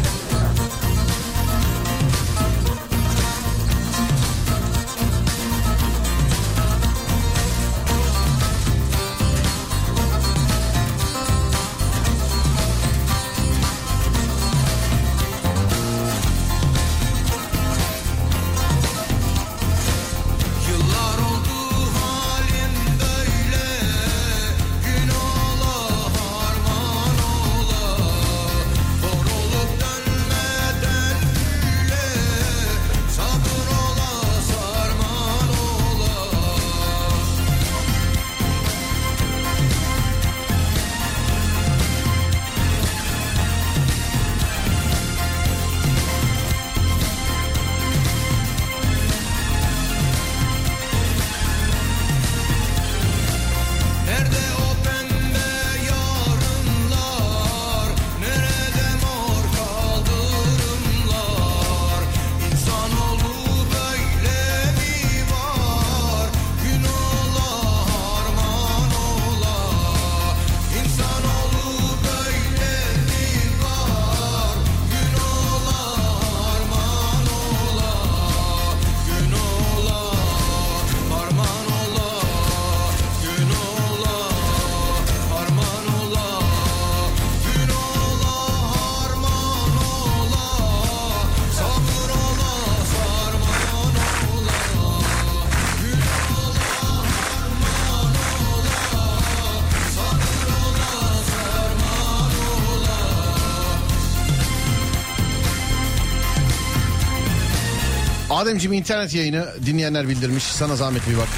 Ademciğim internet yayını dinleyenler bildirmiş. Sana zahmet bir bak.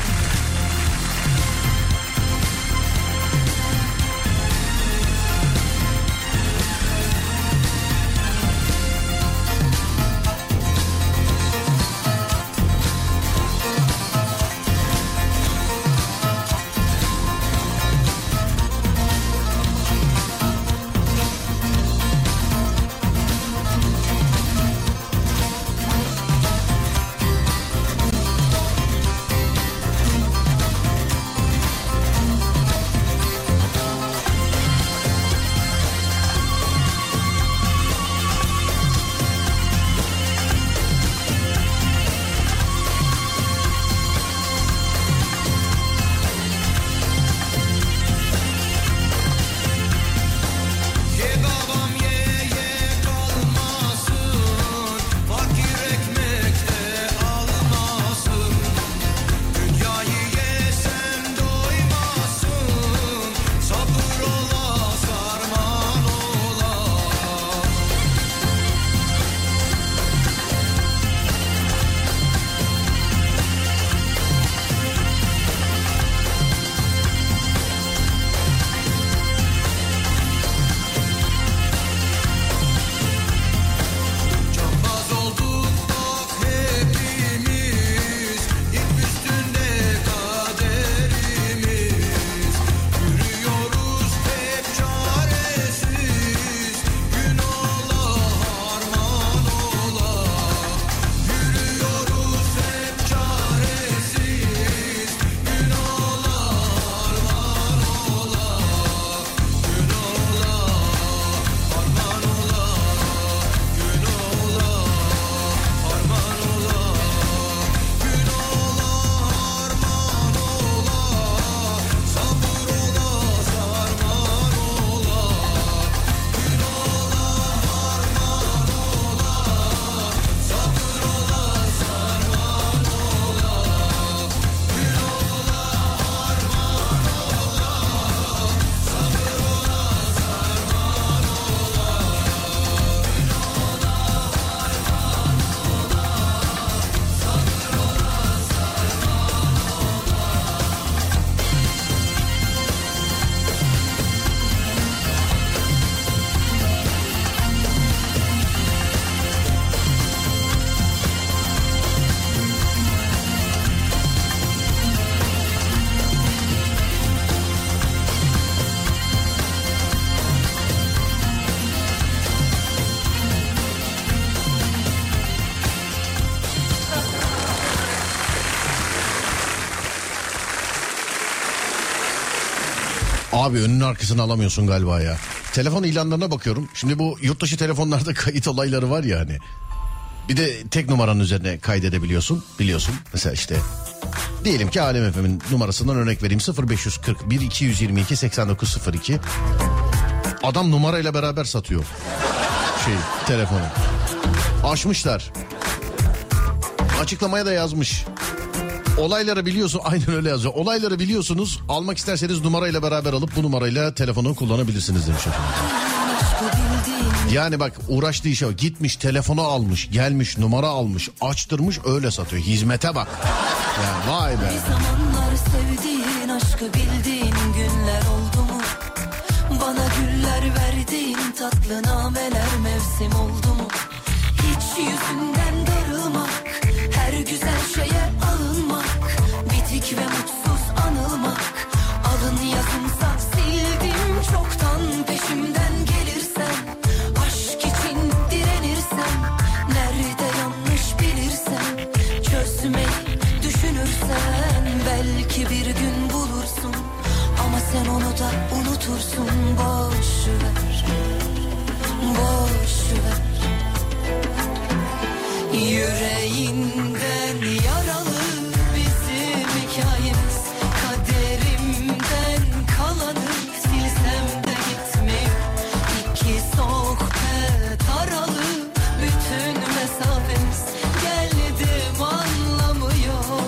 Abi önünün arkasını alamıyorsun galiba ya. Telefon ilanlarına bakıyorum. Şimdi bu yurt dışı telefonlarda kayıt olayları var ya hani. Bir de tek numaranın üzerine kaydedebiliyorsun. Biliyorsun. Mesela işte diyelim ki Alem F M'in numarasından örnek vereyim. sıfır beş kırk bir iki yüz yirmi iki seksen dokuz sıfır iki. Adam numarayla beraber satıyor. Şey telefonu. Açmışlar. Açıklamaya da yazmış. Olayları biliyorsun, aynen öyle yazıyor. Olayları biliyorsunuz, almak isterseniz numarayla beraber alıp bu numarayla telefonu kullanabilirsiniz demiş efendim. Yani bak uğraştığı işe bak. Gitmiş telefonu almış, gelmiş numara almış, açtırmış öyle satıyor. Hizmete bak. Ya vay be. Bir zamanlar sevdiğin, aşkı bildiğin günler oldu mu? Bana güller verdiğin tatlı nameler mevsim oldu mu? Hiç yüzünden darılmak, her güzel şeye alınmak, bitik ve mutsuz anılmak. Alın yazımsa sildim çoktan, peşimden gelirsen, aşk için direnirsen, nerede yanlış bilirsen, çözmeyi düşünürsen, belki bir gün bulursun, ama sen onu da unutursun. Boş ver, boş ver. Yüreğinden yaralı bizim hikayemiz, kaderimden kalanı silsem de gitmiyor. İki sohbet aralı bütün mesafemiz, geldim anlamıyor.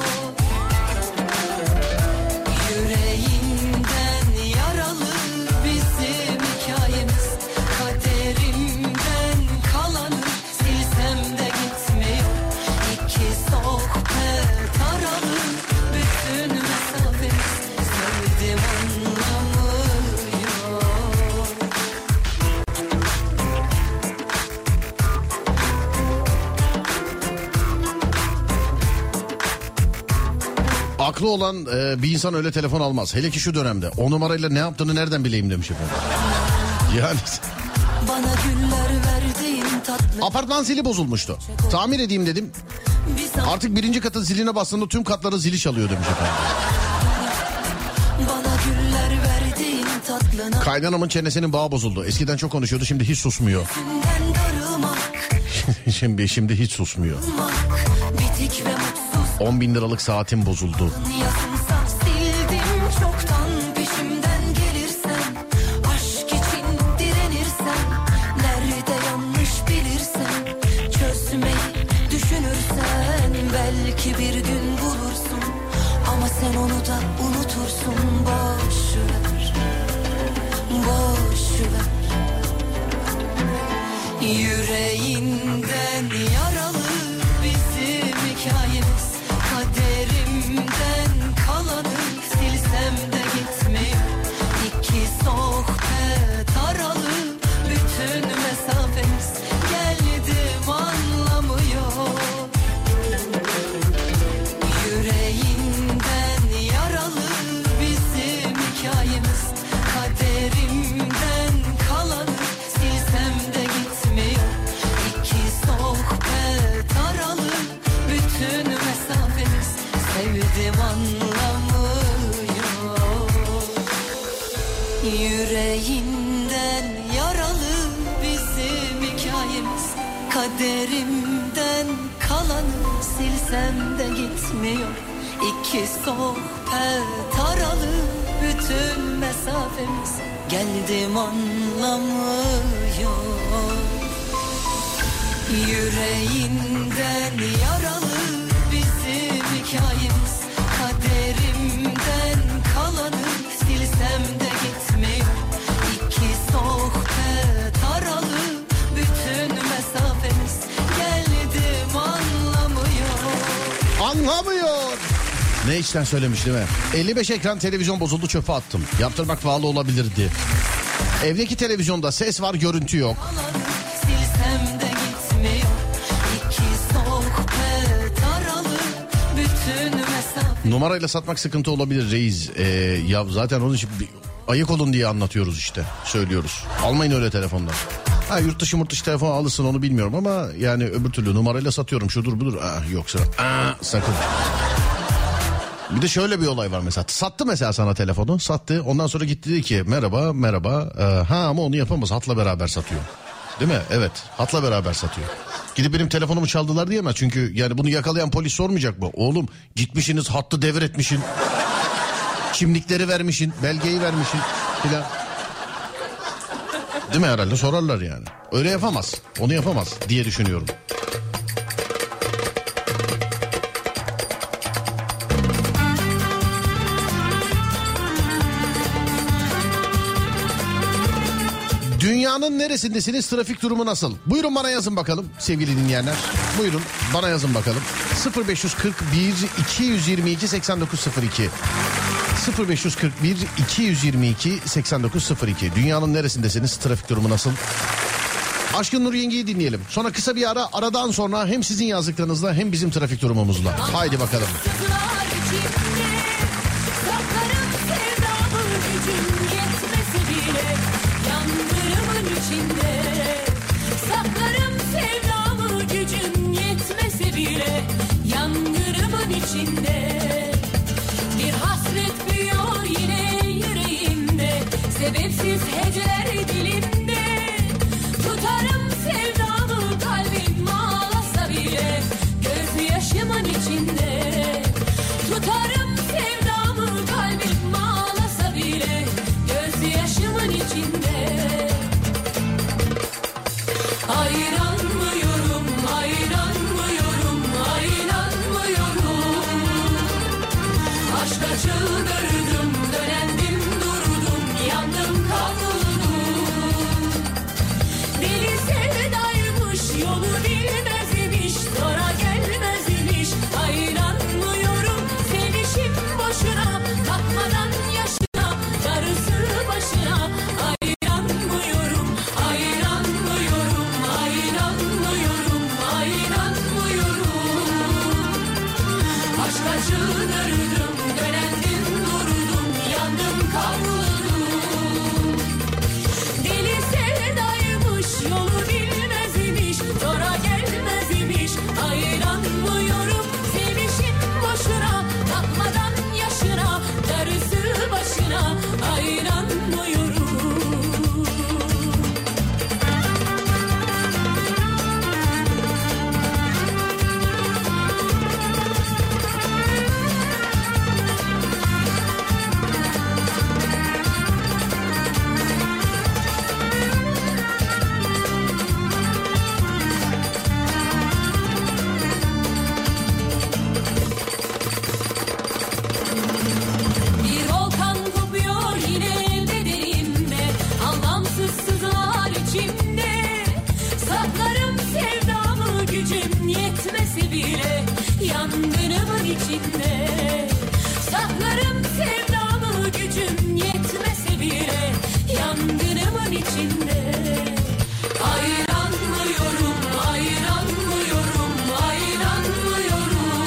Yüreğinden yaralı bizim hikayemiz, kaderimden kalanı silsem de gitmiyor. İki sohbet aralı bütün mesafemiz, sevdim anlamıyor. Aklı olan e, bir insan öyle telefon almaz. Hele ki şu dönemde. O numarayla ne yaptığını nereden bileyim demiş efendim. Yani... Bana güller verdiğin tatlı. Apartman zili bozulmuştu. Tamir edeyim dedim. Artık birinci katın ziline bastığında tüm katların zili çalıyor demiş efendim. Bana güller verdiğin tatlı. Kaynanamın çenesinin bağı bozuldu. Eskiden çok konuşuyordu, şimdi hiç susmuyor. Yüzünden darılmak, şimdi şimdi hiç susmuyor. bitik ve mutsuz. on bin liralık saatim bozuldu. Yazımsa sildim çoktan, peşimden gelirsen, aşk için direnirsen, nerede yanlış bilirsen, çözmeyi düşünürsen, belki bir gün bulursun, ama sen onu da unutursun. Boş ver, boş ver. Yüreğinden yaralı bizim hikayemiz, kaderimden kalanı silsem de gitmiyor. İki sohbet aralı bütün mesafemiz, geldim anlamıyor. Yüreğinden yaralı bizim hikayemiz, kaderimden kalanı silsem de gitmiyor. İki sohbet aralı bütün mesafemiz, sevdim anlamıyor. Yüreğinden yaralı bizim hikayemiz, kaderimden kalanı silsem de gitmiyor. İki sohbet aralı bütün mesafemiz, geldim anlamıyor. Yüreğinden yaralı bizim hikayemiz, kaderimden kalanı silsem de gitmiyor. İki sohbet aralı bütün mesafemiz, geldim anlamıyor. Anlamıyor. Ne içten söylemiş değil mi? elli beş ekran televizyon bozuldu, çöpe attım. Yaptırmak pahalı olabilirdi. Evdeki televizyonda ses var, görüntü yok. Silsem de gitmiyor. İki sohbet aralı bütün mesafe. Numarayla satmak sıkıntı olabilir reis. Ee, ya zaten onun için bir, ayık olun diye anlatıyoruz işte. Söylüyoruz. Almayın öyle telefonlar. Ha, yurt dışı yurt dışı telefon alırsın onu bilmiyorum ama yani öbür türlü numarayla satıyorum şudur budur. Ah, yoksa ah, sakın. Bir de şöyle bir olay var mesela. Sattı mesela sana telefonu. Sattı. Ondan sonra gitti dedi ki merhaba merhaba. Ee, ha ama onu yapamaz. Hatla beraber satıyor. Değil mi? Evet. Hatla beraber satıyor. Gidip benim telefonumu çaldılar diyemez. Çünkü yani bunu yakalayan polis sormayacak mı? Oğlum gitmişsiniz hattı devretmişsin. Kimlikleri vermişsin. Belgeyi vermişsin. Filan. Değil mi herhalde? Sorarlar yani. Öyle yapamaz. Onu yapamaz diye düşünüyorum. Dünyanın neresindesiniz? Trafik durumu nasıl? Buyurun bana yazın bakalım sevgili dinleyenler. Buyurun bana yazın bakalım. sıfır beş kırk bir iki yüz yirmi iki seksen dokuz sıfır iki sıfır beş kırk bir iki yüz yirmi iki seksen dokuz sıfır iki. Dünyanın neresindesiniz? Trafik durumu nasıl? Aşkın Nur Yenge'yi dinleyelim. Sonra kısa bir ara, aradan sonra hem sizin yazdıklarınızla hem bizim trafik durumumuzla. Haydi bakalım. Saklarım sevdamı gücün yetmese bile yangınımın içinde. Bir hasret büyüyor yine yüreğimde, sebepsiz heceler dilimde. Tutarım sevdamı kalbim ağlasa bile gözyaşımın içinde. Tutarım sevdamı kalbim ağlasa bile gözyaşımın içinde. Ayranmıyorum, ayranmıyorum, ayranmıyorum. Aşka çıldırdım, dönendim, durdum, yandım, kavruldum. Deli sevdaymış, yolu bilmezmiş, sonra gelmezmiş. Ayranmıyorum, sevişim boşuna, bakmadan yaşına, darısı başına. Ayranmıyorum, ayranmıyorum, ayranmıyorum, ayranmıyorum. Aşka çıldırdım, dönendim, durdum, yandım, kavruldum. Deli sevdaymış, yolu bilmezmiş, sonra gelmezmiş. Ayranmıyorum, sevişim boşuna, bakmadan yaşına, darısı başına. Ayranmıyorum. Bir volkan kopuyor yine bedenimde, anlamsız sızılar içimde. Saklarım sevdamı gücüm yetmese bile yangınımın içinde. Saklarım sevdamı gücüm yetmese bile yangınımın içinde. Ayranmıyorum, ayranmıyorum, ayranmıyorum.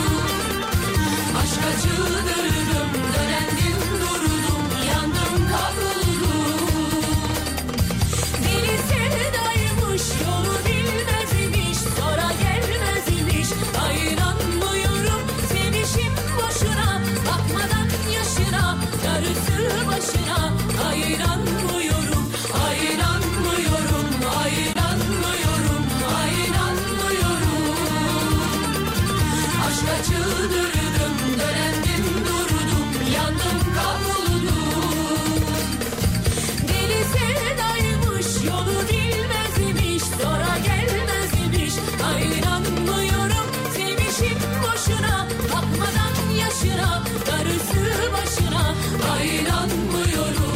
Aşka çıldırdım, dönendim, durdum, yandım, kavruldum. Deli sevdaymış, yolu bilmezmiş, sonra gelmezmiş. Ayranmıyorum, sevişim boşuna, bakmadan yaşına, darısı başına. Ayranmıyorum, ayranmıyorum, ayranmıyorum, ayranmıyorum. Aşka çıldırdım, dönendim, durdum, yandım, kavruldum. Deli sevdaymış, yolu bilmezmiş, sonra gelmezmiş. Ayranmıyorum, sevişim boşuna, bakmadan yaşına, darısı başına. Ayranmıyorum.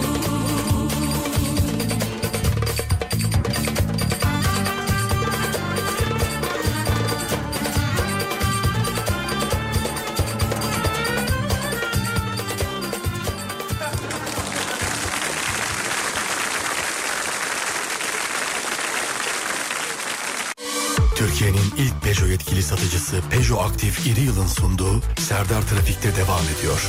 Türkiye'nin ilk Peugeot yetkili satıcısı Peugeot Aktif İri Yıl'ın sunduğu Serdar Trafik'te devam ediyor.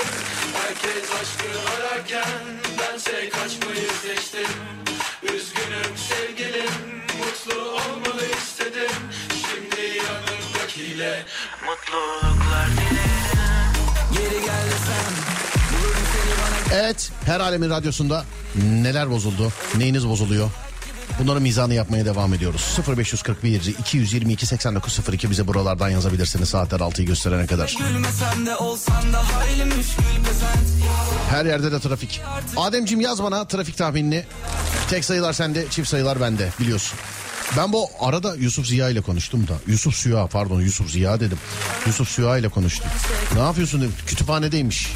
Herkes aşkı ararken bense kaçmayı seçtim. Üzgün Üzgünüm sevgilim, mutlu olmanı istedim. Şimdi yanımdakiyle mutluluklar dilerim. Geri gel desem, bulurum seni bana. Evet, Her Alemin Radyosu'nda neler bozuldu, neyiniz bozuluyor? Bunların mizahını yapmaya devam ediyoruz. sıfır beş kırk bir iki yüz yirmi iki seksen dokuz sıfır iki bize buralardan yazabilirsiniz saatler altıyı gösterene kadar. De olsan da hayli müşkül pesent. Her yerde de trafik. Ademciğim yaz bana trafik tahminini. Tek sayılar sende, çift sayılar bende, biliyorsun. Ben bu arada Yusuf Ziya ile konuştum da. Yusuf Ziya pardon Yusuf Ziya dedim. Yusuf Ziya ile konuştum. Ne yapıyorsun dedim. Kütüphanedeymiş.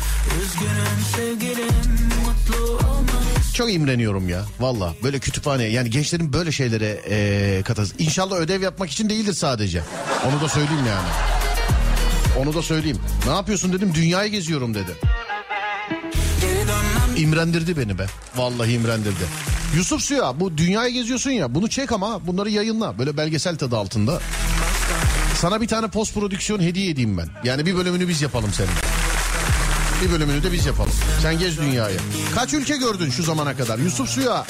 Çok imreniyorum ya. Valla böyle kütüphane, yani gençlerin böyle şeylere ee, katılır. İnşallah ödev yapmak için değildir sadece. Onu da söyleyeyim yani. Onu da söyleyeyim. Ne yapıyorsun dedim. Dünyayı geziyorum dedi. İmrendirdi beni be. Vallahi imrendirdi. Yusuf Suya, bu dünyayı geziyorsun ya, bunu çek ama bunları yayınla. Böyle belgesel tadı altında. Sana bir tane post prodüksiyon hediye edeyim ben. Yani bir bölümünü biz yapalım seninle. Bir bölümünü de biz yapalım. Sen gez dünyayı. Kaç ülke gördün şu zamana kadar Yusuf Suya?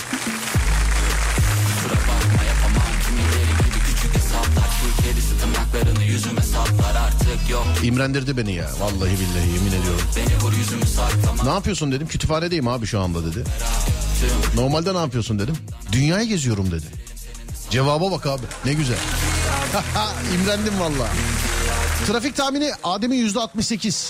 İmrendirdi beni ya. Vallahi billahi yemin ediyorum. Ne yapıyorsun dedim. Kütüphanedeyim abi şu anda dedi. Normalde ne yapıyorsun dedim. Dünyayı geziyorum dedi. Cevaba bak abi. Ne güzel. İmrendim valla. Trafik tahmini Adem'in yüzde altmış sekiz.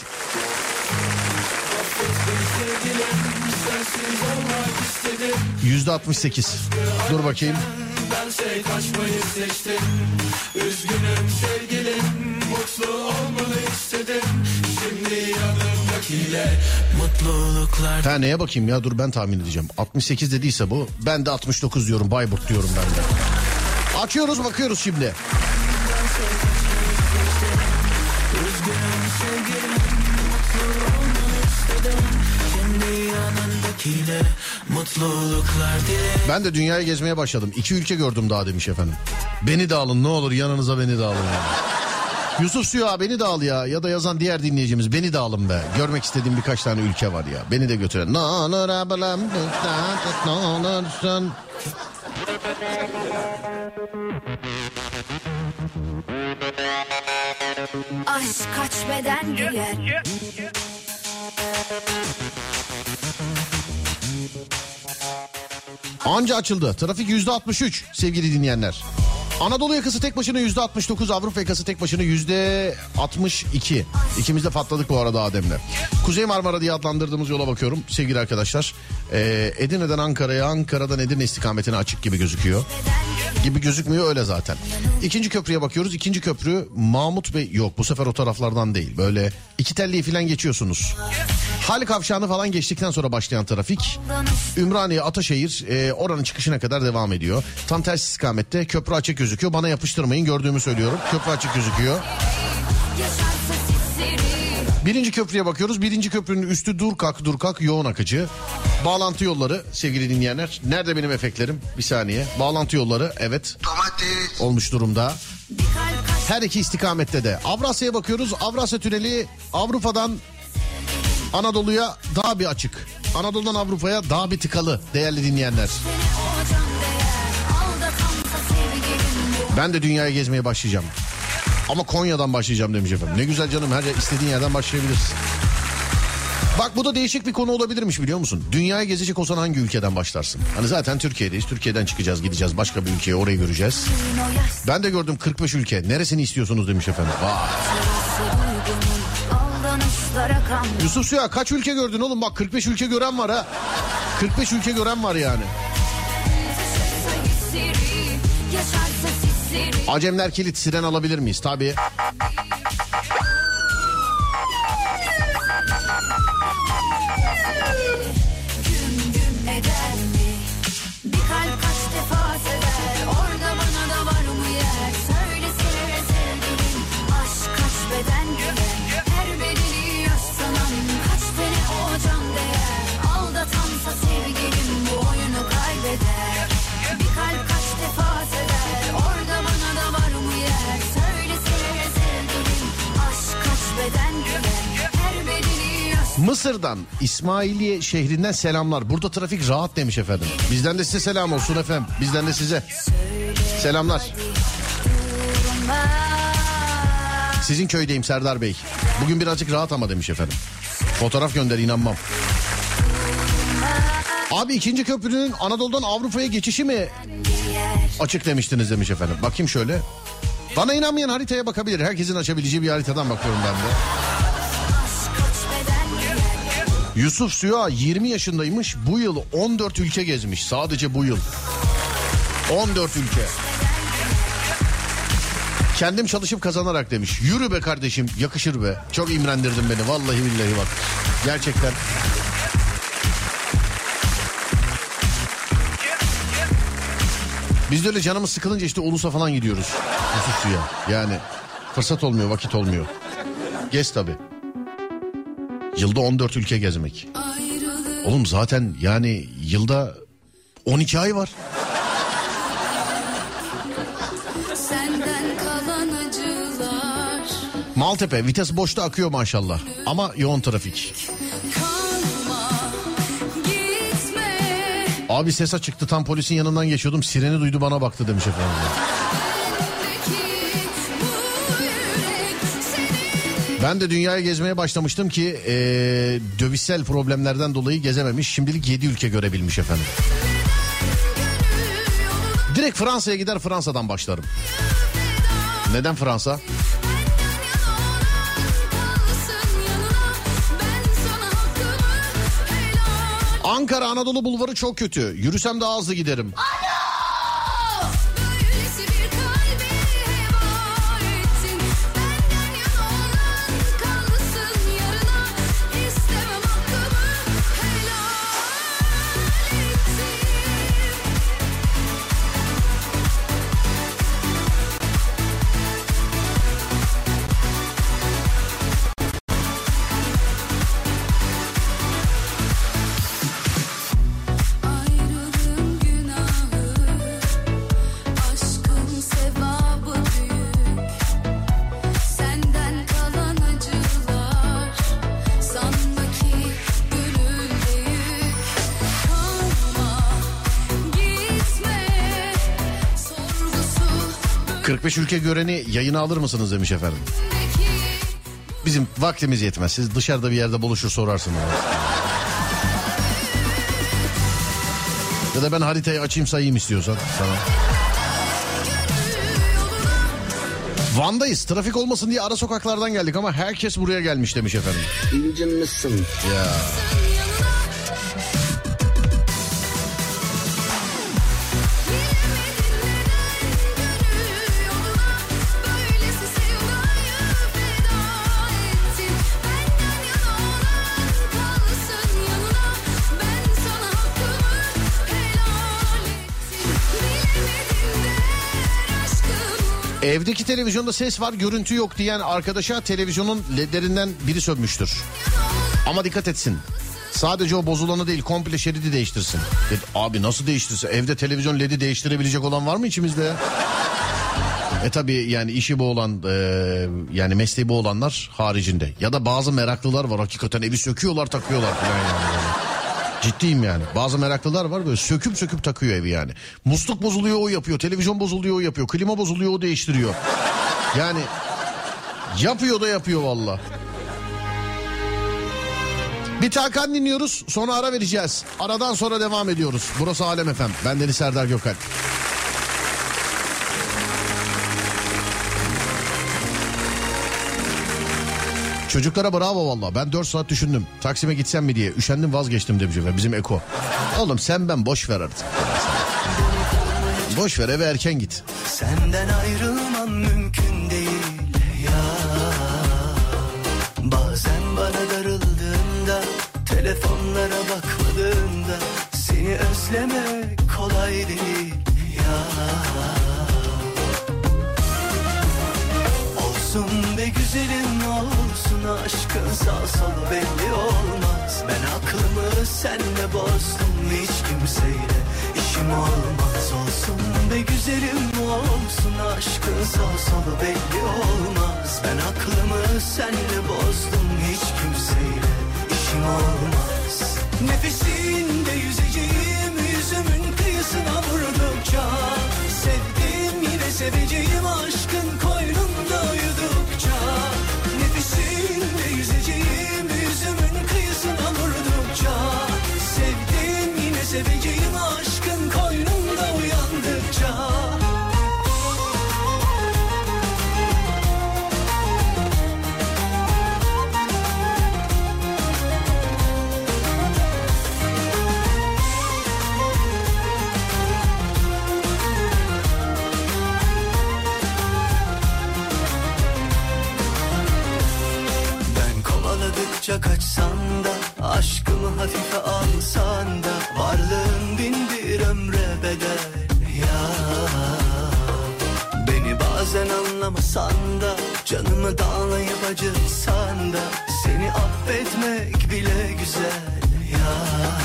Yüzde altmış sekiz. Dur bakayım. Şey kaçmayı seçtim. Üzgünüm sevgilim, mutlu olmanı istedim. Şimdi yanımdakiyle mutluluklar. Ha neye bakayım ya, dur ben tahmin edeceğim. altmış sekiz dediyse bu, ben de altmış dokuz diyorum, Bayburt diyorum ben de. Açıyoruz bakıyoruz şimdi. Üzgünüm sevgilim, mutlu olmanı istedim. Şimdi yanındakiyle mutluluklar dilerim. Ben de dünyayı gezmeye başladım. İki ülke gördüm daha demiş efendim. Beni de alın ne olur, yanınıza beni de alın ya. Yusuf Suya beni de al ya, ya da yazan diğer dinleyicimiz beni de alın be. Görmek istediğim birkaç tane ülke var ya. Beni de götüren. Ne olur abalam, ne olursun. Aşk kaç beden giyer. Anca açıldı. Trafik yüzde altmış üç sevgili dinleyenler. Anadolu yakası tek başına yüzde altmış dokuz, Avrupa yakası tek başına yüzde altmış iki. İkimiz de patladık bu arada Adem'le. Kuzey Marmara diye adlandırdığımız yola bakıyorum sevgili arkadaşlar. Ee, Edirne'den Ankara'ya, Ankara'dan Edirne istikametine açık gibi gözüküyor. Gibi gözükmüyor öyle zaten. İkinci köprüye bakıyoruz. İkinci köprü Mahmut Bey, yok bu sefer o taraflardan değil. Böyle iki telliyi falan geçiyorsunuz. Hal Kavşağı'nı falan geçtikten sonra başlayan trafik Ümraniye, Ataşehir e, oranın çıkışına kadar devam ediyor. Tam ters istikamette köprü açık gözüküyor. Bana yapıştırmayın, gördüğümü söylüyorum. Köprü açık gözüküyor. Birinci köprüye bakıyoruz. Birinci köprünün üstü dur kalk dur kalk yoğun akıcı. Bağlantı yolları sevgili dinleyenler. Nerede benim efektlerim? Bir saniye. Bağlantı yolları evet. Domates. Olmuş durumda. Her iki istikamette de. Avrasya'ya bakıyoruz. Avrasya Tüneli Avrupa'dan Anadolu'ya daha bir açık. Anadolu'dan Avrupa'ya daha bir tıkalı değerli dinleyenler. Ben de dünyayı gezmeye başlayacağım. Ama Konya'dan başlayacağım demiş efendim. Ne güzel canım, her istediğin yerden başlayabilirsin. Bak bu da değişik bir konu olabilirmiş biliyor musun? Dünyayı gezecek olsan hangi ülkeden başlarsın? Hani zaten Türkiye'deyiz. Türkiye'den çıkacağız, gideceğiz başka bir ülkeye, orayı göreceğiz. Ben de gördüm kırk beş ülke. Neresini istiyorsunuz demiş efendim. Vay. Yusuf Suya kaç ülke gördün oğlum? Bak kırk beş ülke gören var ha. kırk beş ülke gören var yani. Acemler kilit, siren alabilir miyiz? Tabii. Güm güm eder mi? Bir kalp kaç defa sever. Orada bana da var mı yer? Söylesene sevgilim. Aşk kaç beden giyer. Her bedeni yaşsanam kaç tane o can değer. Aldatansa sevgilim bu oyunu kaybeder. Bir kalp kaç defa sever. Orada bana da var mı yer? Söylesene sevgilim. Aşk kaç beden giyer. Her bedeni yaşsanam Mısır'dan İsmailiye şehrinden selamlar. Burada trafik rahat demiş efendim. Bizden de size selam olsun efendim. Bizden de size selamlar. Sizin köydeyim Serdar Bey. Bugün birazcık rahat ama demiş efendim. Fotoğraf gönder, inanmam. Abi ikinci köprünün Anadolu'dan Avrupa'ya geçişi mi açık demiştiniz demiş efendim. Bakayım şöyle. Bana inanmayan haritaya bakabilir. Herkesin açabileceği bir haritadan bakıyorum ben de. Yusuf Süha yirmi yaşındaymış. Bu yıl on dört ülke gezmiş. Sadece bu yıl. on dört ülke. Kendim çalışıp kazanarak demiş. Yürü be kardeşim, yakışır be. Çok imrendirdin beni vallahi billahi bak. Gerçekten. Biz de öyle canımız sıkılınca işte Ulus'a falan gidiyoruz. Yusuf Süha. Yani fırsat olmuyor, vakit olmuyor. Gez tabii. Yılda on dört ülke gezmek. Oğlum zaten yani yılda on iki ay var. Maltepe vites boşta akıyor maşallah. Ama yoğun trafik. Abi ses açıktı, tam polisin yanından geçiyordum. Sireni duydu, bana baktı demiş efendim. Ben de dünyaya gezmeye başlamıştım ki ee, dövizsel problemlerden dolayı gezememiş. Şimdilik yedi ülke görebilmiş efendim. Direkt Fransa'ya gider, Fransa'dan başlarım. Neden Fransa? Ankara Anadolu Bulvarı çok kötü. Yürüsem daha hızlı giderim. kırk beş ülke göreni yayına alır mısınız demiş efendim. Bizim vaktimiz yetmez. Siz dışarıda bir yerde buluşur sorarsınız. Ya da ben haritayı açayım sayayım istiyorsan sana. Van'dayız. Trafik olmasın diye ara sokaklardan geldik ama herkes buraya gelmiş demiş efendim. İncinmişsin. Ya. Evdeki televizyonda ses var, görüntü yok diyen arkadaşa televizyonun ledlerinden biri sönmüştür. Ama dikkat etsin. Sadece o bozulanı değil, komple şeridi değiştirsin. Dedi, abi nasıl değiştirse? Evde televizyon ledi değiştirebilecek olan var mı içimizde ya? E tabi yani işi bu olan e, yani mesleği bu olanlar haricinde. Ya da bazı meraklılar var, hakikaten evi söküyorlar takıyorlar falan yani. Ciddiyim yani. Bazı meraklılar var böyle söküp söküp takıyor evi yani. Musluk bozuluyor o yapıyor. Televizyon bozuluyor o yapıyor. Klima bozuluyor o değiştiriyor. Yani yapıyor da yapıyor valla. Bir Tarkan dinliyoruz, sonra ara vereceğiz. Aradan sonra devam ediyoruz. Burası Alem F M. Ben Deniz Serdar Gökalp. Çocuklara bravo valla. Ben dört saat düşündüm. Taksim'e gitsem mi diye. Üşendim, vazgeçtim demiş efendim. Bizim Eko. Oğlum sen ben boş ver artık. Boş ver, eve erken git. Senden ayrılmam mümkün değil ya. Bazen bana darıldığında, telefonlara bakmadığında, seni özlemek kolay değil ya. Olsun be güzelim olsun, aşkın sağ solu belli olmaz. Ben aklımı senle bozdum, hiç kimseyle işim olmaz. Olsun be güzelim olsun, aşkın sağ solu belli olmaz. Ben aklımı senle bozdum, hiç kimseyle işim Uzakça kaçsan da, aşkımı hafife alsan da, varlığın bin bir ömre bedel ya. Beni bazen anlamasan da, canımı dağlayıp acıtsan da, seni affetmek bile güzel ya.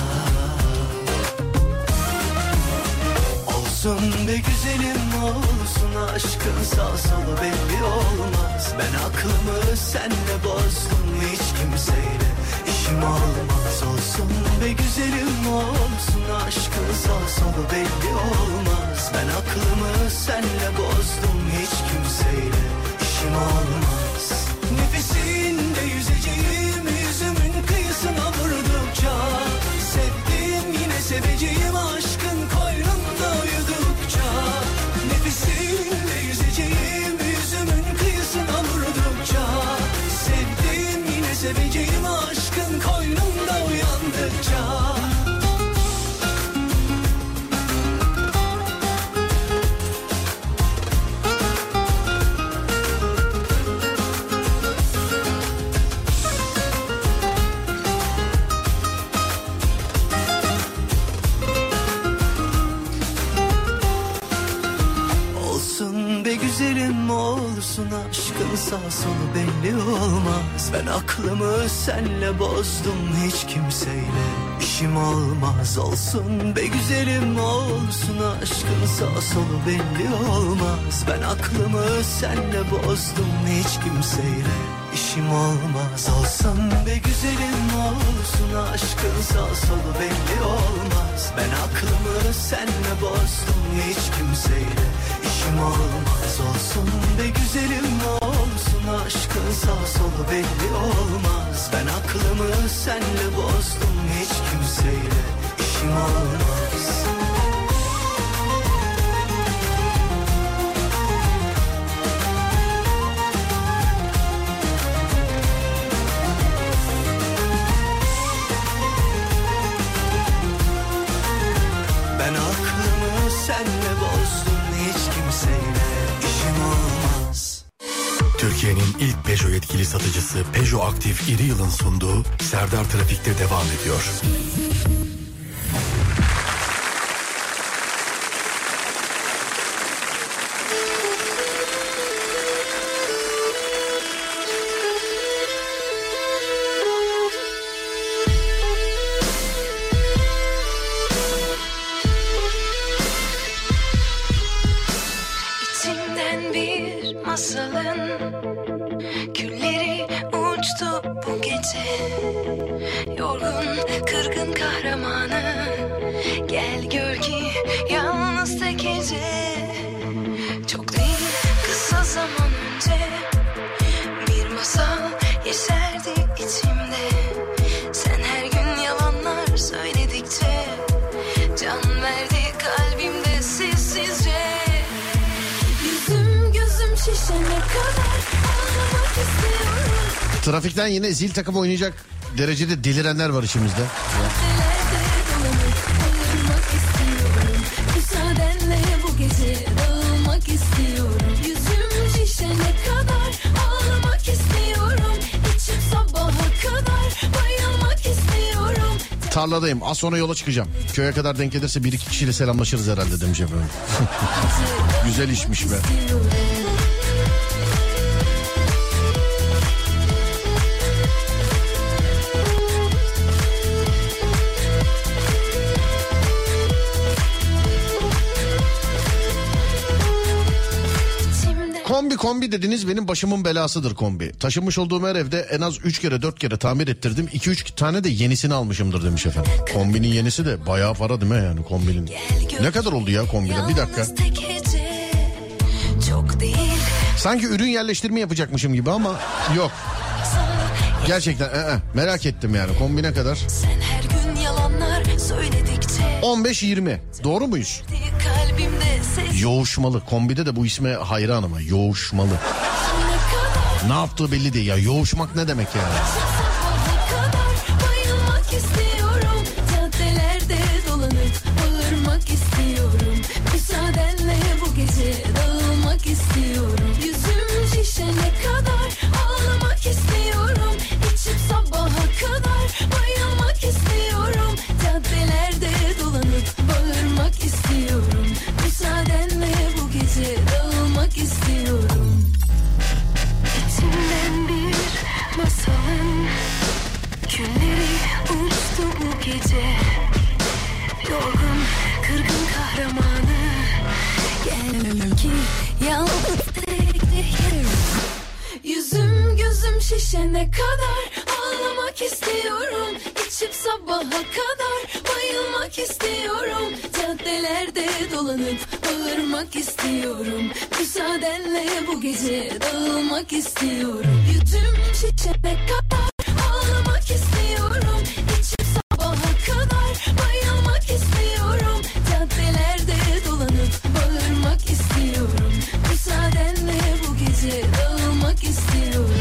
Olsun be güzelim olsun, aşkın sağ solu belli olmaz. Ben aklımı senle bozdum, hiç kimseyle işim olmaz. Olsun be güzelim olsun, aşkın sağ solu belli olmaz. Ben aklımı senle bozdum, hiç kimseyle işim olmaz. Nefesinde yüzeceğim, yüzümün kıyısına vurdukça, sevdim yine seveceğim, aşkın koynunda uyudukça. Nefesinde yüzeceğim, yüzümün kıyısına vurdukça, sevdim yine seveceğim, aşkın koynunda uyandıkça. Güzelim olsun, aşkın sağ solu belli olmaz. Ben aklımı senle bozdum, hiç kimseyle işim olmaz. Olsun be güzelim olsun, aşkın sağ solu belli olmaz. Ben aklımı senle bozdum, hiç kimseyle işim olmaz. Olsun be güzelim olsun, aşkın sağ solu belli olmaz. Ben aklımı senle bozdum, hiç kimseyle işim olmaz. Olsun be güzelim olsun, aşkın sağ solu belli olmaz. Ben aklımı senle bozdum, hiç kimseyle işim olmaz. Ben aklımı senle bozdum, hiç kimseyle işim olmaz. Türkiye'nin ilk Peugeot yetkili satıcısı Peugeot Aktif İri Yıl'ın sunduğu Serdar Trafik'te devam ediyor. Masalın külleri uçtu bu gece. Yorgun kırgın kahramanı, gel gör ki yalnız tek gece. Çok değil kısa zaman önce bir masal yeşerdi içimde. Sen her gün yalanlar söyledikçe can verdi kalbimde sessizce. Trafikten yine zil takıp oynayacak derecede delirenler var içimizde. Tarladayım, az sonra yola çıkacağım. Köye kadar denk gelirse bir iki kişiyle selamlaşırız herhalde demiş efendim. Güzel işmiş be. Kombi kombi dediniz, benim başımın belasıdır kombi. Taşınmış olduğum her evde en az üç kere dört kere tamir ettirdim. iki üç tane de yenisini almışımdır demiş efendim. Kombinin yenisi de bayağı para değil mi yani kombinin? Ne kadar oldu ya kombine? Bir dakika. Sanki ürün yerleştirme yapacakmışım gibi ama yok. Gerçekten ee, merak ettim yani kombine kadar. Sen her gün yalanlar söyledikçe on beş yirmi doğru muyuz? Yoğuşmalı. Kombide de bu isme hayranım. Yoğuşmalı. Ne yaptığı belli değil ya. Yoğuşmak ne demek yani? Yüzüm şişene kadar ağlamak istiyorum. İçim sabaha gece. Yorgun, kırgın kahramanı. Gelemem ki yalnız tek tek. Yüzüm gözüm şişene kadar ağlamak istiyorum. İçip sabaha kadar bayılmak istiyorum. Caddelerde dolanıp bağırmak istiyorum. Müsaadenle bu gece dağılmak istiyorum. Yüzüm şişene kadar ağlamak istiyorum. İçip sabaha kadar bayılmak istiyorum. Caddelerde dolanıp bağırmak istiyorum. Müsaadenle bu gece dağılmak istiyorum.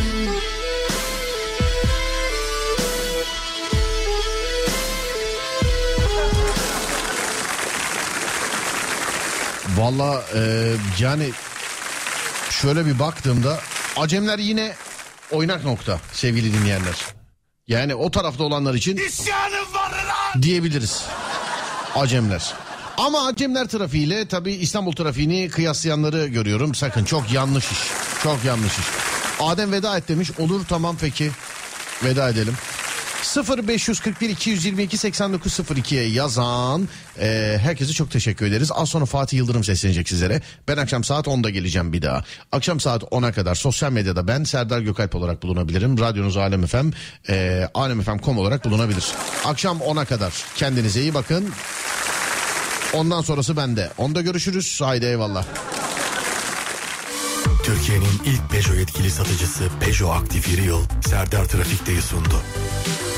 Valla e, yani şöyle bir baktığımda Acemler yine oynak nokta sevgili dinleyenler. Yani o tarafta olanlar için İsyanım var lan diyebiliriz. Acemler. Ama Acemler trafiğiyle tabii İstanbul trafiğini kıyaslayanları görüyorum. Sakın, çok yanlış iş. Çok yanlış iş. Adem veda et demiş. Olur, tamam, peki. Veda edelim. sıfır beş kırk bir iki yüz yirmi iki seksen dokuz sıfır iki'ye yazan e, herkese çok teşekkür ederiz. Az sonra Fatih Yıldırım seslenecek sizlere. Ben akşam saat onda geleceğim bir daha. Akşam saat ona kadar sosyal medyada ben Serdar Gökalp olarak bulunabilirim. Radyonuz Alem F M, e, alem f m nokta com olarak bulunabilir. Akşam ona kadar kendinize iyi bakın. Ondan sonrası bende. Onda görüşürüz. Haydi eyvallah. Türkiye'nin ilk Peugeot yetkili satıcısı Peugeot Aktif İri Yıl Serdar Trafik'teyi sundu.